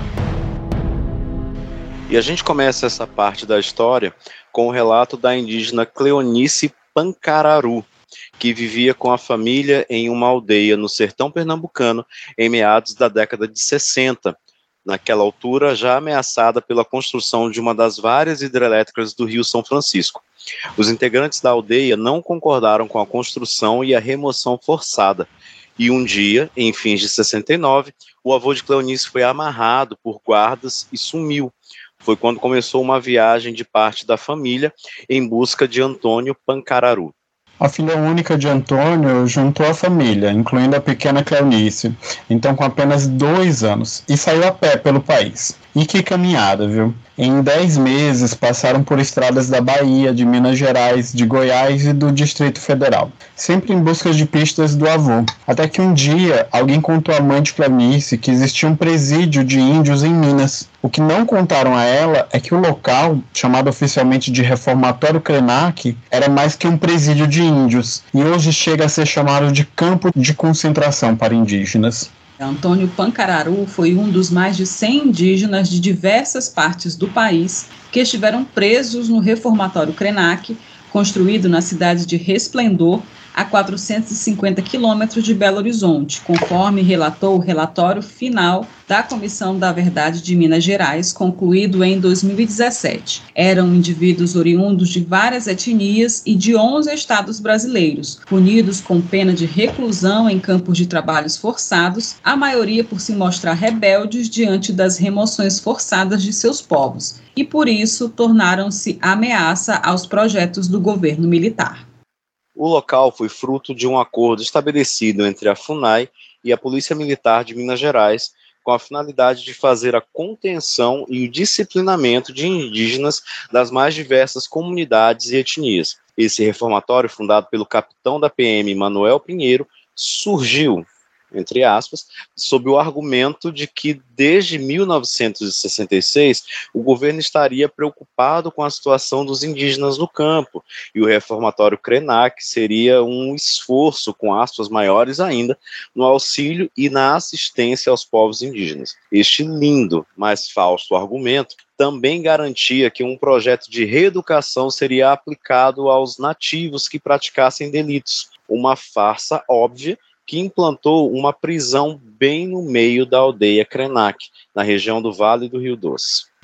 E a gente começa essa parte da história com o relato da indígena Cleonice Pancararu, que vivia com a família em uma aldeia no sertão pernambucano em meados da década de 60, naquela altura já ameaçada pela construção de uma das várias hidrelétricas do Rio São Francisco. Os integrantes da aldeia não concordaram com a construção e a remoção forçada, e um dia, em fins de 69, o avô de Cleonice foi amarrado por guardas e sumiu. Foi quando começou uma viagem de parte da família em busca de Antônio Pancararu. A filha única de Antônio juntou a família, incluindo a pequena Cleonice, então com apenas 2 anos, e saiu a pé pelo país. E que caminhada, viu? Em 10 meses passaram por estradas da Bahia, de Minas Gerais, de Goiás e do Distrito Federal, sempre em busca de pistas do avô. Até que um dia, alguém contou à mãe de Cleonice que existia um presídio de índios em Minas. O que não contaram a ela é que o local, chamado oficialmente de Reformatório Krenak, era mais que um presídio de índios, e hoje chega a ser chamado de campo de concentração para indígenas. Antônio Pancararu foi um dos mais de 100 indígenas de diversas partes do país que estiveram presos no Reformatório Krenak, construído na cidade de Resplendor, a 450 quilômetros de Belo Horizonte, conforme relatou o relatório final da Comissão da Verdade de Minas Gerais, concluído em 2017. Eram indivíduos oriundos de várias etnias e de 11 estados brasileiros, punidos com pena de reclusão em campos de trabalhos forçados, a maioria por se mostrar rebeldes diante das remoções forçadas de seus povos, e por isso tornaram-se ameaça aos projetos do governo militar. O local foi fruto de um acordo estabelecido entre a FUNAI e a Polícia Militar de Minas Gerais, com a finalidade de fazer a contenção e o disciplinamento de indígenas das mais diversas comunidades e etnias. Esse reformatório, fundado pelo capitão da PM Manuel Pinheiro, surgiu, entre aspas, sob o argumento de que desde 1966 o governo estaria preocupado com a situação dos indígenas no campo, e o reformatório Krenak seria um esforço, com aspas maiores ainda, no auxílio e na assistência aos povos indígenas. Este lindo, mas falso argumento também garantia que um projeto de reeducação seria aplicado aos nativos que praticassem delitos, uma farsa óbvia que implantou uma prisão bem no meio da aldeia Krenak, na região do Vale do Rio Doce.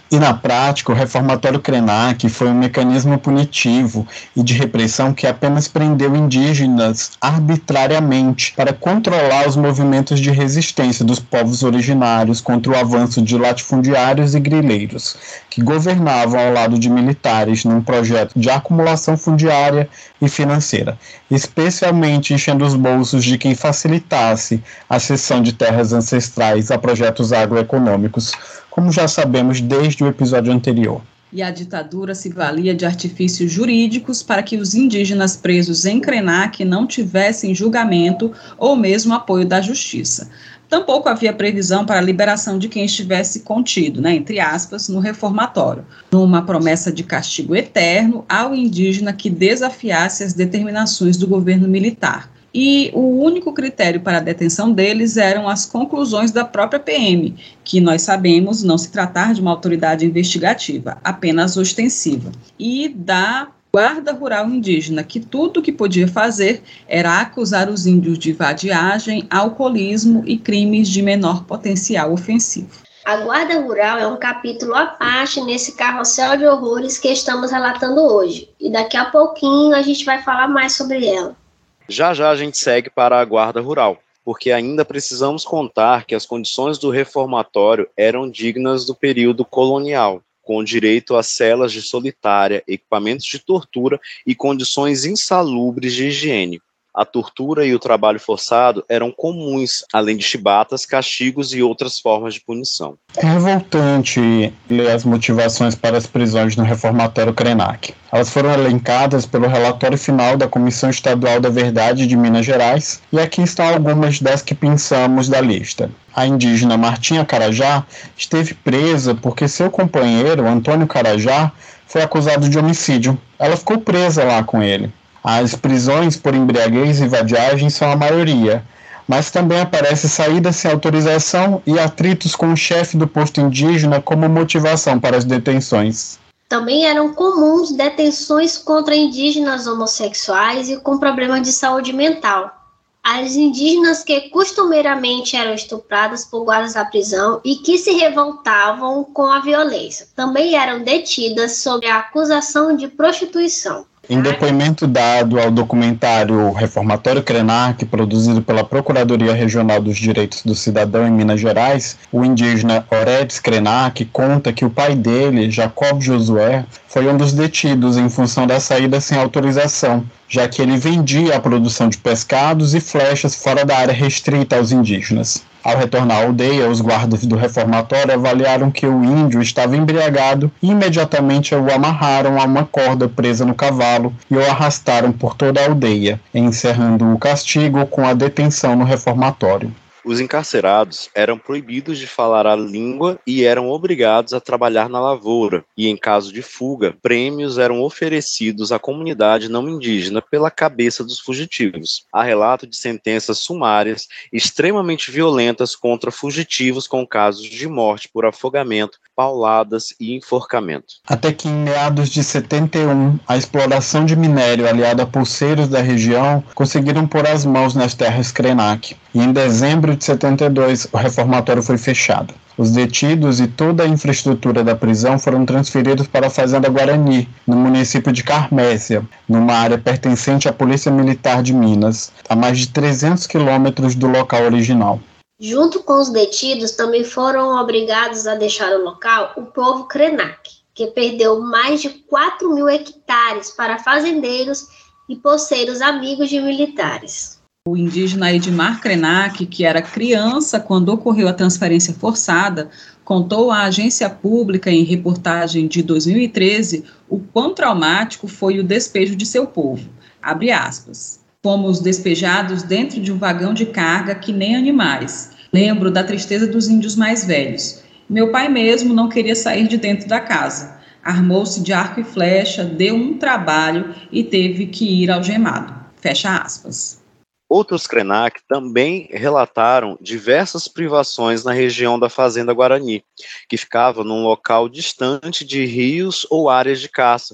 E na prática, o reformatório Krenak foi um mecanismo punitivo e de repressão que apenas prendeu indígenas arbitrariamente para controlar os movimentos de resistência dos povos originários contra o avanço de latifundiários e grileiros, que governavam ao lado de militares num projeto de acumulação fundiária e financeira, especialmente enchendo os bolsos de quem facilitasse a cessão de terras ancestrais a projetos agroeconômicos, como já sabemos desde o episódio anterior. E a ditadura se valia de artifícios jurídicos para que os indígenas presos em Krenak não tivessem julgamento ou mesmo apoio da justiça. Tampouco havia previsão para a liberação de quem estivesse contido, entre aspas, no reformatório, numa promessa de castigo eterno ao indígena que desafiasse as determinações do governo militar. E o único critério para a detenção deles eram as conclusões da própria PM, que nós sabemos não se tratar de uma autoridade investigativa, apenas ostensiva, e da Guarda Rural Indígena, que tudo o que podia fazer era acusar os índios de vadiagem, alcoolismo e crimes de menor potencial ofensivo. A Guarda Rural é um capítulo à parte nesse carrossel de horrores que estamos relatando hoje, e daqui a pouquinho a gente vai falar mais sobre ela. Já já a gente segue para a Guarda Rural, porque ainda precisamos contar que as condições do reformatório eram dignas do período colonial, com direito a celas de solitária, equipamentos de tortura e condições insalubres de higiene. A tortura e o trabalho forçado eram comuns, além de chibatas, castigos e outras formas de punição. É revoltante ler as motivações para as prisões no reformatório Krenak. Elas foram elencadas pelo relatório final da Comissão Estadual da Verdade de Minas Gerais, e aqui estão algumas das que pensamos da lista. A indígena Martinha Carajá esteve presa porque seu companheiro, Antônio Carajá, foi acusado de homicídio. Ela ficou presa lá com ele. As prisões por embriaguez e vadiagem são a maioria, mas também aparece saída sem autorização e atritos com o chefe do posto indígena como motivação para as detenções. Também eram comuns detenções contra indígenas homossexuais e com problemas de saúde mental. As indígenas que costumeiramente eram estupradas por guardas da prisão e que se revoltavam com a violência, também eram detidas sob a acusação de prostituição. Em depoimento dado ao documentário Reformatório Krenak, produzido pela Procuradoria Regional dos Direitos do Cidadão em Minas Gerais, o indígena Oredes Krenak conta que o pai dele, Jacob Josué, foi um dos detidos em função da saída sem autorização, já que ele vendia a produção de pescados e flechas fora da área restrita aos indígenas. Ao retornar à aldeia, os guardas do reformatório avaliaram que o índio estava embriagado e imediatamente o amarraram a uma corda presa no cavalo e o arrastaram por toda a aldeia, encerrando o castigo com a detenção no reformatório. Os encarcerados eram proibidos de falar a língua e eram obrigados a trabalhar na lavoura, e em caso de fuga, prêmios eram oferecidos à comunidade não indígena pela cabeça dos fugitivos. Há relato de sentenças sumárias extremamente violentas contra fugitivos com casos de morte por afogamento, pauladas e enforcamento. Até que em meados de 71, a exploração de minério aliada a pulseiros da região conseguiram pôr as mãos nas terras Krenak, e em dezembro de 72 o reformatório foi fechado. Os detidos e toda a infraestrutura da prisão foram transferidos para a Fazenda Guarani, no município de Carmésia, numa área pertencente à Polícia Militar de Minas, a mais de 300 quilômetros do local original. Junto com os detidos, também foram obrigados a deixar o local o povo Krenak, que perdeu mais de 4.000 hectares para fazendeiros e poceiros amigos de militares. O indígena Edmar Krenak, que era criança quando ocorreu a transferência forçada, contou à agência pública em reportagem de 2013 o quão traumático foi o despejo de seu povo. Abre aspas. Fomos despejados dentro de um vagão de carga que nem animais. Lembro da tristeza dos índios mais velhos. Meu pai mesmo não queria sair de dentro da casa. Armou-se de arco e flecha, deu um trabalho e teve que ir algemado. Fecha aspas. Outros Krenak também relataram diversas privações na região da Fazenda Guarani, que ficava num local distante de rios ou áreas de caça.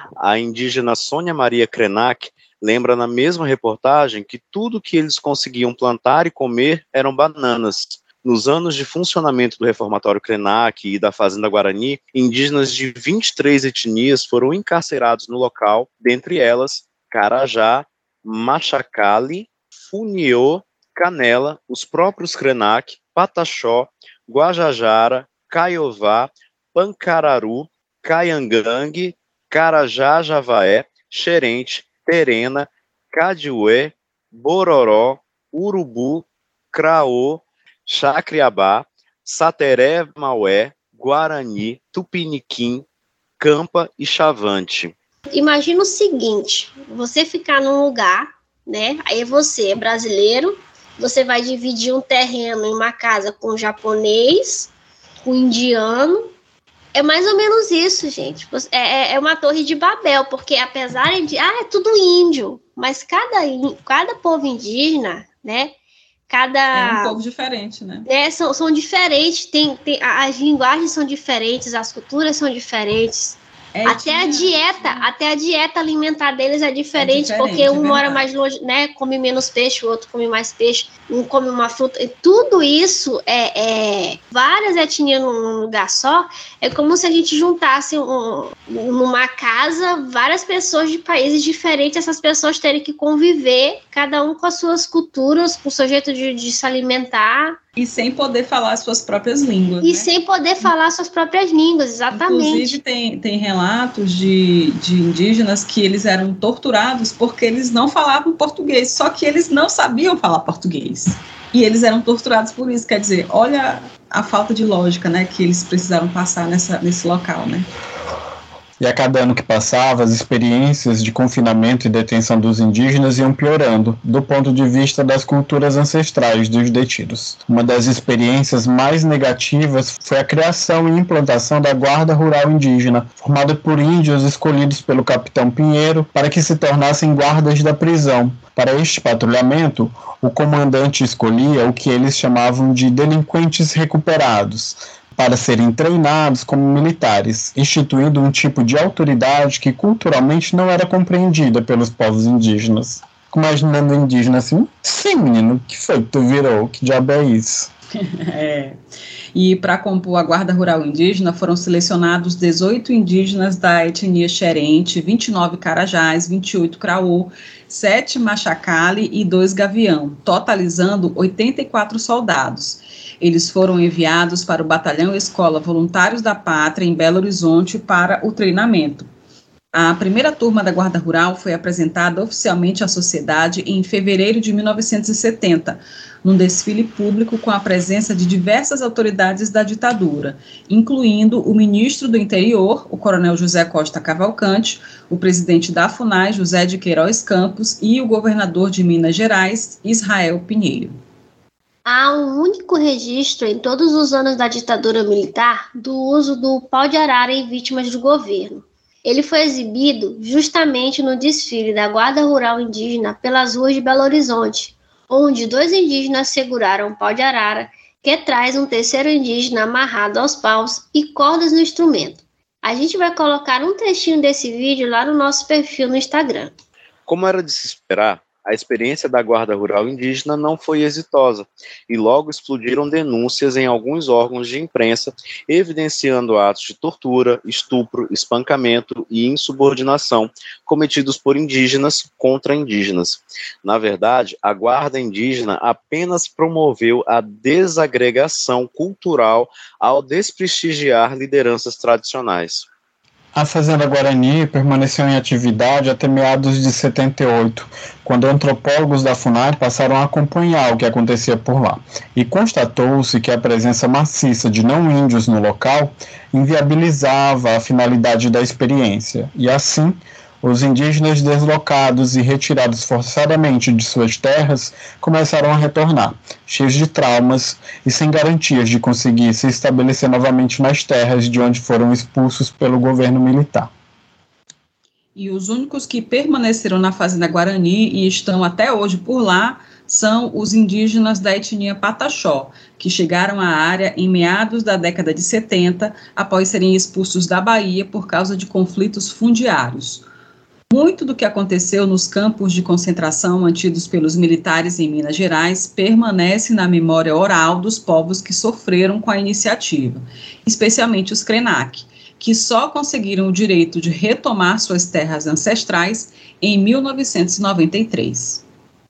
A indígena Sônia Maria Krenak lembra na mesma reportagem que tudo que eles conseguiam plantar e comer eram bananas, nos anos de funcionamento do Reformatório Krenak e da Fazenda Guarani, indígenas de 23 etnias foram encarcerados no local, dentre elas Carajá, Machacali, Funiô, Canela, os próprios Krenak, Pataxó, Guajajara, Caiová, Pancararu, Caiangangue, Carajá Javaé, Xerente, Terena, Cadiué, Bororó, Urubu, Craô, Chacriabá, Sateré Maué, Guarani, Tupiniquim, Campa e Chavante. Imagina o seguinte, você ficar num lugar, né? Aí você é brasileiro, você vai dividir um terreno em uma casa com japonês, com indiano. É mais ou menos isso, gente. É uma torre de Babel, porque apesar de... é tudo índio, mas cada povo indígena, né? É um povo diferente, né? São diferentes, as linguagens são diferentes, as culturas são diferentes. Até a dieta alimentar deles é diferente porque um mora mais longe, né? Come menos peixe, o outro come mais peixe, um come uma fruta. E tudo isso várias etnias num lugar só. É como se a gente juntasse numa casa várias pessoas de países diferentes. Essas pessoas terem que conviver, cada um com as suas culturas, com o seu jeito de se alimentar. E sem poder falar as suas próprias línguas. E sem poder falar as suas próprias línguas, exatamente. Inclusive, tem relatos de indígenas que eles eram torturados porque eles não falavam português, só que eles não sabiam falar português. E eles eram torturados por isso. Quer dizer, olha a falta de lógica, né, que eles precisaram passar nesse local, né? E a cada ano que passava, as experiências de confinamento e detenção dos indígenas iam piorando, do ponto de vista das culturas ancestrais dos detidos. Uma das experiências mais negativas foi a criação e implantação da Guarda Rural Indígena, formada por índios escolhidos pelo capitão Pinheiro para que se tornassem guardas da prisão. Para este patrulhamento, o comandante escolhia o que eles chamavam de delinquentes recuperados, para serem treinados como militares, instituindo um tipo de autoridade que culturalmente não era compreendida pelos povos indígenas. Fico imaginando o indígena assim, sim, menino, que foi que tu virou? Que diabo é isso? E para compor a Guarda Rural Indígena foram selecionados 18 indígenas da etnia Xerente, 29 Carajás, 28 Craô, 7 Machacali e 2 Gavião, totalizando 84 soldados. Eles foram enviados para o Batalhão Escola Voluntários da Pátria, em Belo Horizonte, para o treinamento. A primeira turma da Guarda Rural foi apresentada oficialmente à sociedade em fevereiro de 1970, num desfile público com a presença de diversas autoridades da ditadura, incluindo o ministro do Interior, o coronel José Costa Cavalcante, o presidente da FUNAI, José de Queiroz Campos, e o governador de Minas Gerais, Israel Pinheiro. Há um único registro em todos os anos da ditadura militar do uso do pau de arara em vítimas do governo. Ele foi exibido justamente no desfile da Guarda Rural Indígena pelas ruas de Belo Horizonte, onde 2 indígenas seguraram um pau de arara que traz um terceiro indígena amarrado aos paus e cordas no instrumento. A gente vai colocar um trechinho desse vídeo lá no nosso perfil no Instagram. Como era de se esperar, a experiência da Guarda Rural Indígena não foi exitosa e logo explodiram denúncias em alguns órgãos de imprensa, evidenciando atos de tortura, estupro, espancamento e insubordinação cometidos por indígenas contra indígenas. Na verdade, a Guarda Indígena apenas promoveu a desagregação cultural ao desprestigiar lideranças tradicionais. A Fazenda Guarani permaneceu em atividade até meados de 78, quando antropólogos da FUNAI passaram a acompanhar o que acontecia por lá, e constatou-se que a presença maciça de não-índios no local inviabilizava a finalidade da experiência, e assim, os indígenas deslocados e retirados forçadamente de suas terras começaram a retornar, cheios de traumas e sem garantias de conseguir se estabelecer novamente nas terras de onde foram expulsos pelo governo militar. E os únicos que permaneceram na Fazenda Guarani e estão até hoje por lá são os indígenas da etnia Pataxó, que chegaram à área em meados da década de 70, após serem expulsos da Bahia por causa de conflitos fundiários. Muito do que aconteceu nos campos de concentração mantidos pelos militares em Minas Gerais permanece na memória oral dos povos que sofreram com a iniciativa, especialmente os Krenak, que só conseguiram o direito de retomar suas terras ancestrais em 1993.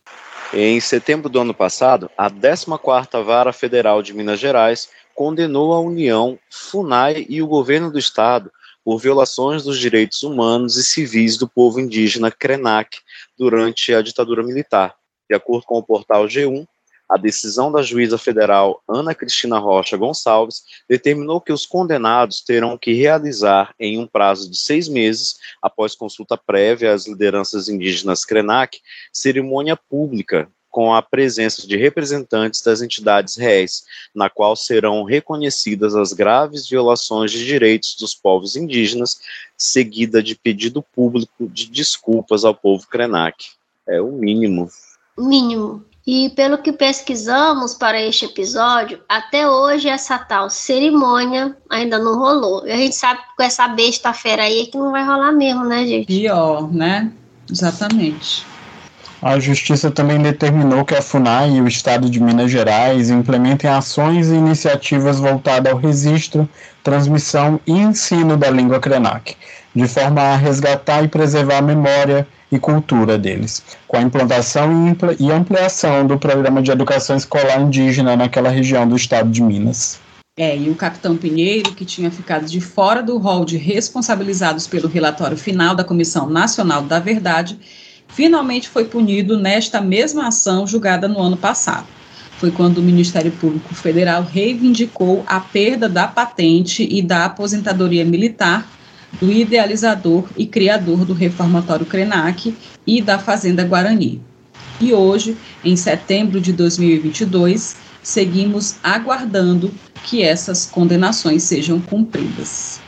Em setembro do ano passado, a 14ª Vara Federal de Minas Gerais condenou a União, FUNAI e o governo do estado por violações dos direitos humanos e civis do povo indígena Krenak durante a ditadura militar. De acordo com o portal G1, a decisão da juíza federal Ana Cristina Rocha Gonçalves determinou que os condenados terão que realizar, em um prazo de 6 meses, após consulta prévia às lideranças indígenas Krenak, cerimônia pública com a presença de representantes das entidades réis, na qual serão reconhecidas as graves violações de direitos dos povos indígenas, seguida de pedido público de desculpas ao povo Krenak. É o mínimo. Mínimo. E pelo que pesquisamos para este episódio, até hoje essa tal cerimônia ainda não rolou. E a gente sabe que com essa besta fera aí é que não vai rolar mesmo, né, gente? Pior, né? Exatamente. A Justiça também determinou que a FUNAI e o Estado de Minas Gerais implementem ações e iniciativas voltadas ao registro, transmissão e ensino da língua Krenak, de forma a resgatar e preservar a memória e cultura deles, com a implantação e ampliação do programa de educação escolar indígena naquela região do estado de Minas. E o capitão Pinheiro, que tinha ficado de fora do rol de responsabilizados pelo relatório final da Comissão Nacional da Verdade, finalmente foi punido nesta mesma ação julgada no ano passado. Foi quando o Ministério Público Federal reivindicou a perda da patente e da aposentadoria militar do idealizador e criador do reformatório Krenak e da Fazenda Guarani. E hoje, em setembro de 2022, seguimos aguardando que essas condenações sejam cumpridas.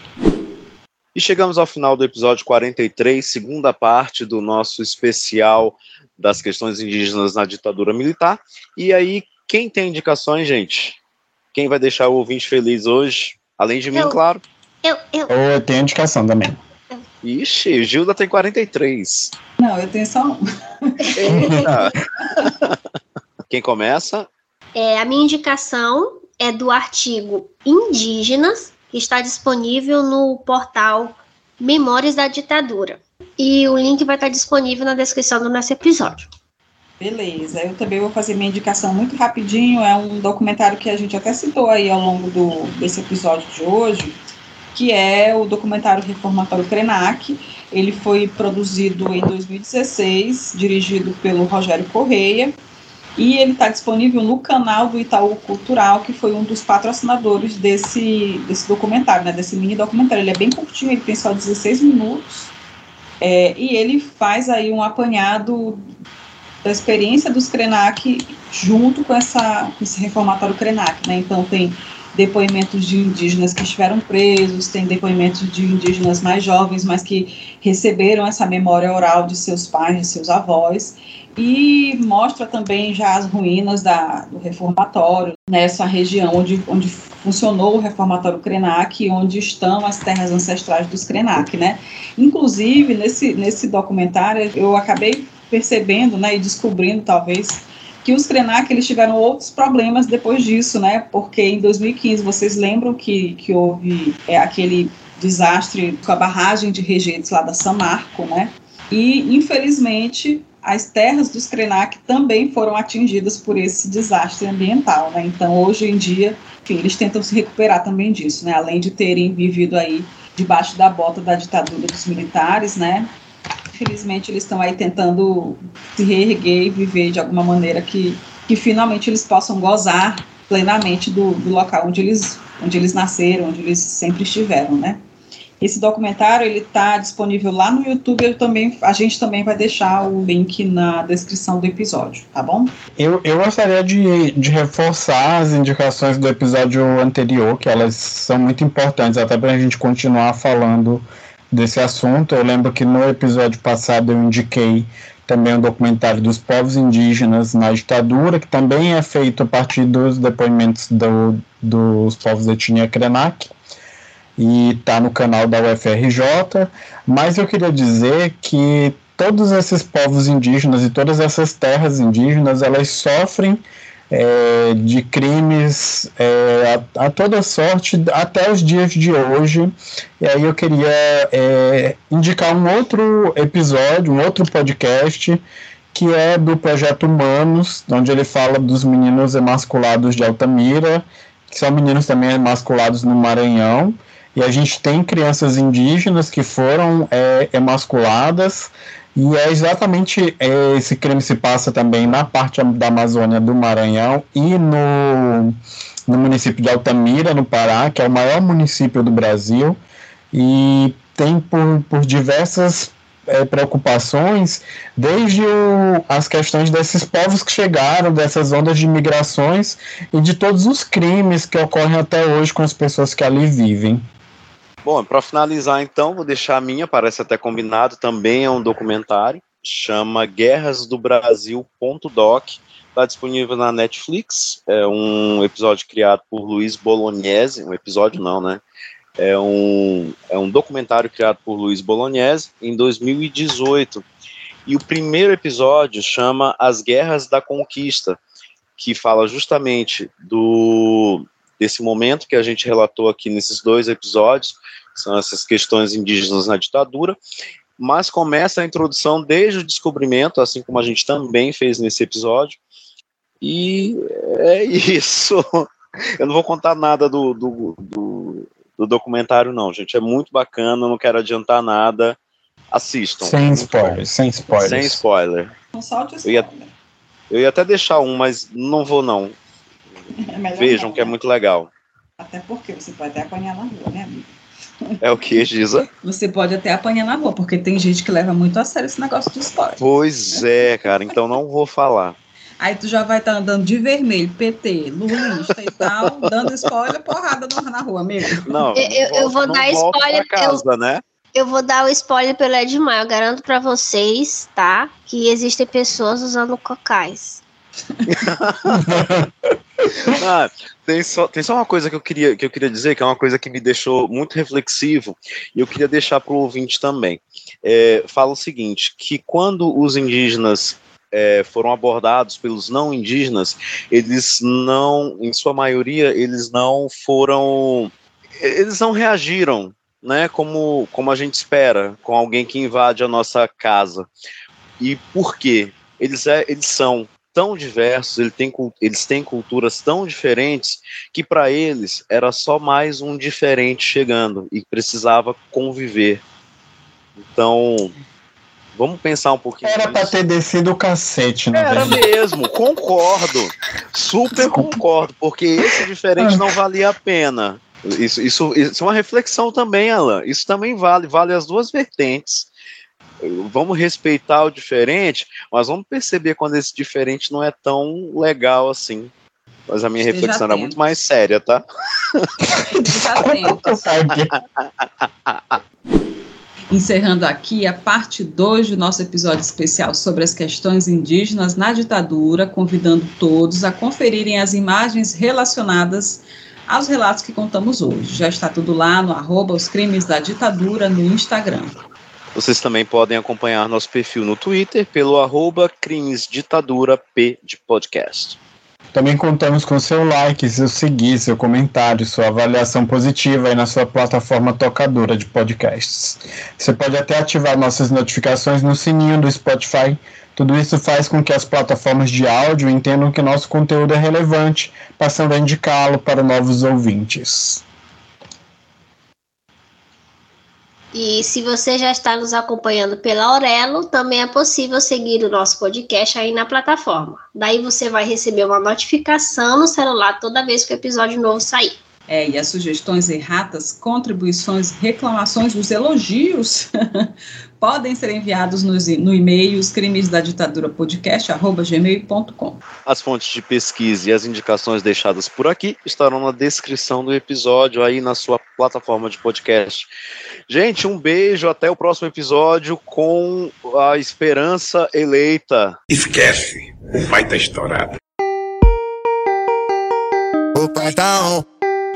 E chegamos ao final do episódio 43, segunda parte do nosso especial das questões indígenas na ditadura militar. E aí, quem tem indicações, gente? Quem vai deixar o ouvinte feliz hoje? Além de mim, claro. Eu tenho indicação também. Ixi, Gilda tem 43. Não, eu tenho só um. Eita. Quem começa? A minha indicação é do artigo Indígenas, que está disponível no portal Memórias da Ditadura. E o link vai estar disponível na descrição do nosso episódio. Beleza, eu também vou fazer minha indicação muito rapidinho. É um documentário que a gente até citou aí ao longo desse episódio de hoje, que é o documentário Reformatório Krenak. Ele foi produzido em 2016, dirigido pelo Rogério Correia, e ele está disponível no canal do Itaú Cultural, que foi um dos patrocinadores desse documentário, né, desse mini documentário. Ele é bem curtinho, ele tem só 16 minutos, e ele faz aí um apanhado da experiência dos Krenak junto com esse reformatório Krenak, né? Então tem depoimentos de indígenas que estiveram presos, tem depoimentos de indígenas mais jovens, mas que receberam essa memória oral de seus pais, de seus avós, e mostra também já as ruínas do reformatório, nessa região onde funcionou o reformatório Krenak, onde estão as terras ancestrais dos Krenak, né? Inclusive, nesse documentário, eu acabei percebendo, né, e descobrindo, talvez, que os Krenak, eles tiveram outros problemas depois disso, né, porque em 2015, vocês lembram que houve aquele desastre com a barragem de rejeitos lá da Samarco, né, e, infelizmente, as terras dos Krenak também foram atingidas por esse desastre ambiental, né, então, hoje em dia, enfim, eles tentam se recuperar também disso, né, além de terem vivido aí debaixo da bota da ditadura dos militares, né, infelizmente eles estão aí tentando se reerguer e viver de alguma maneira que finalmente eles possam gozar plenamente do local onde eles nasceram, onde eles sempre estiveram, né? Esse documentário, ele está disponível lá no YouTube, a gente também vai deixar o link na descrição do episódio, tá bom? Eu gostaria de reforçar as indicações do episódio anterior, que elas são muito importantes, até para a gente continuar falando desse assunto. Eu lembro que no episódio passado eu indiquei também um documentário dos povos indígenas na ditadura, que também é feito a partir dos depoimentos dos povos da etnia Krenak. e está no canal da UFRJ, mas eu queria dizer que todos esses povos indígenas e todas essas terras indígenas, elas sofrem de crimes a toda sorte até os dias de hoje. E aí eu queria indicar um outro episódio, um outro podcast, que é do Projeto Humanos, onde ele fala dos meninos emasculados de Altamira, que são meninos também emasculados no Maranhão, e a gente tem crianças indígenas que foram emasculadas. E é exatamente esse crime se passa também na parte da Amazônia do Maranhão e no município de Altamira, no Pará, que é o maior município do Brasil, e tem por diversas preocupações, desde as questões desses povos que chegaram, dessas ondas de migrações e de todos os crimes que ocorrem até hoje com as pessoas que ali vivem. Bom, para finalizar então, vou deixar a minha, parece até combinado, também é um documentário, chama guerrasdobrasil.doc, está disponível na Netflix, é um episódio criado por Luiz Bolognese, um episódio não, né? É um documentário criado por Luiz Bolognese em 2018, e o primeiro episódio chama As Guerras da Conquista, que fala justamente desse momento que a gente relatou aqui nesses 2 episódios, são essas questões indígenas na ditadura, mas começa a introdução desde o descobrimento, assim como a gente também fez nesse episódio, e é isso. Eu não vou contar nada do documentário não, gente, é muito bacana, não quero adiantar nada, assistam. Sem spoiler. Sem spoiler. Só de spoiler. Eu ia até deixar um, mas não vou não. Vejam não, que é muito legal. Até porque você pode até apanhar na rua, né, amigo? É o que, Giza? Você pode até apanhar na rua, porque tem gente que leva muito a sério esse negócio de spoiler. Pois é, cara, então não vou falar. Aí tu já vai estar andando de vermelho, PT, lulista e tal, dando spoiler, porrada na rua, amigo. Não, eu vou dar spoiler. Casa, né? Eu vou dar o spoiler pelo Edmar. Eu garanto pra vocês, tá? Que existem pessoas usando cocais. Tem só uma coisa que eu queria dizer, que é uma coisa que me deixou muito reflexivo, e eu queria deixar para o ouvinte também. Fala o seguinte, que quando os indígenas foram abordados pelos não indígenas, eles não, em sua maioria, eles não reagiram, né, como a gente espera, com alguém que invade a nossa casa. E por quê? Eles são tão diversos, eles têm culturas tão diferentes, que para eles era só mais um diferente chegando e precisava conviver. Então, vamos pensar um pouquinho. Era para ter descido o cacete, né? Era mesmo, concordo, super concordo, porque esse diferente não valia a pena. Isso é uma reflexão também, Alan. Isso também vale as duas vertentes. Vamos respeitar o diferente, mas vamos perceber quando esse diferente não é tão legal assim. Mas a minha reflexão era muito mais séria, tá? Encerrando aqui a parte 2 do nosso episódio especial sobre as questões indígenas na ditadura, convidando todos a conferirem as imagens relacionadas aos relatos que contamos hoje. Já está tudo lá no @os crimes da ditadura no Instagram. Vocês também podem acompanhar nosso perfil no Twitter pelo @crimesditadurap de podcast. Também contamos com seu like, seu seguir, seu comentário, sua avaliação positiva aí na sua plataforma tocadora de podcasts. Você pode até ativar nossas notificações no sininho do Spotify. Tudo isso faz com que as plataformas de áudio entendam que nosso conteúdo é relevante, passando a indicá-lo para novos ouvintes. E se você já está nos acompanhando pela Aurelo, também é possível seguir o nosso podcast aí na plataforma. Daí você vai receber uma notificação no celular toda vez que o episódio novo sair. E as sugestões erratas, contribuições, reclamações, os elogios podem ser enviados no e-mail crimesdaditadurapodcast@gmail.com. As fontes de pesquisa e as indicações deixadas por aqui estarão na descrição do episódio aí na sua plataforma de podcast. Gente, um beijo, até o próximo episódio com a esperança eleita. Esquece, o pai tá estourado. O pai tá on.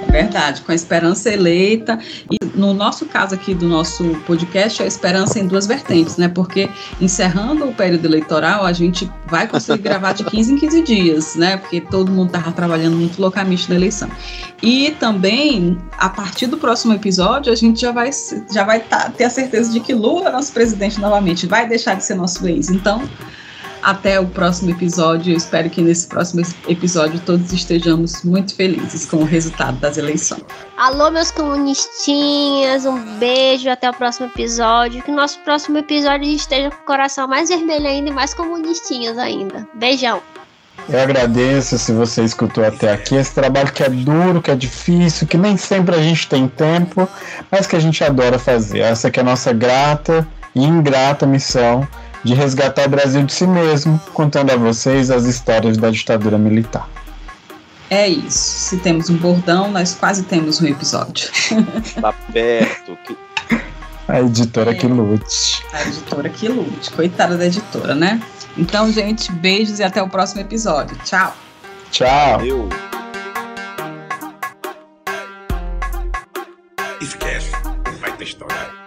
Verdade, com a esperança eleita. E no nosso caso aqui do nosso podcast, a esperança em duas vertentes, né? Porque encerrando o período eleitoral, a gente vai conseguir gravar de 15 em 15 dias, né? Porque todo mundo estava trabalhando muito loucamente na eleição. E também, a partir do próximo episódio, a gente já vai ter a certeza de que Lula é nosso presidente novamente, vai deixar de ser nosso ex. Então, até o próximo episódio. Eu espero que nesse próximo episódio todos estejamos muito felizes com o resultado das eleições. Alô, meus comunistinhas, um beijo, até o próximo episódio. Que no nosso próximo episódio a gente esteja com o coração mais vermelho ainda e mais comunistinhas ainda. Beijão. Eu agradeço se você escutou até aqui. Esse trabalho que é duro, que é difícil, que nem sempre a gente tem tempo, mas que a gente adora fazer. Essa que é a nossa grata e ingrata missão de resgatar o Brasil de si mesmo, contando a vocês as histórias da ditadura militar. É isso. Se temos um bordão, nós quase temos um episódio. Tá perto. A editora que lute. A editora que lute. Coitada da editora, né? Então, gente, beijos e até o próximo episódio. Tchau. Tchau. Valeu. Esquece, vai ter história.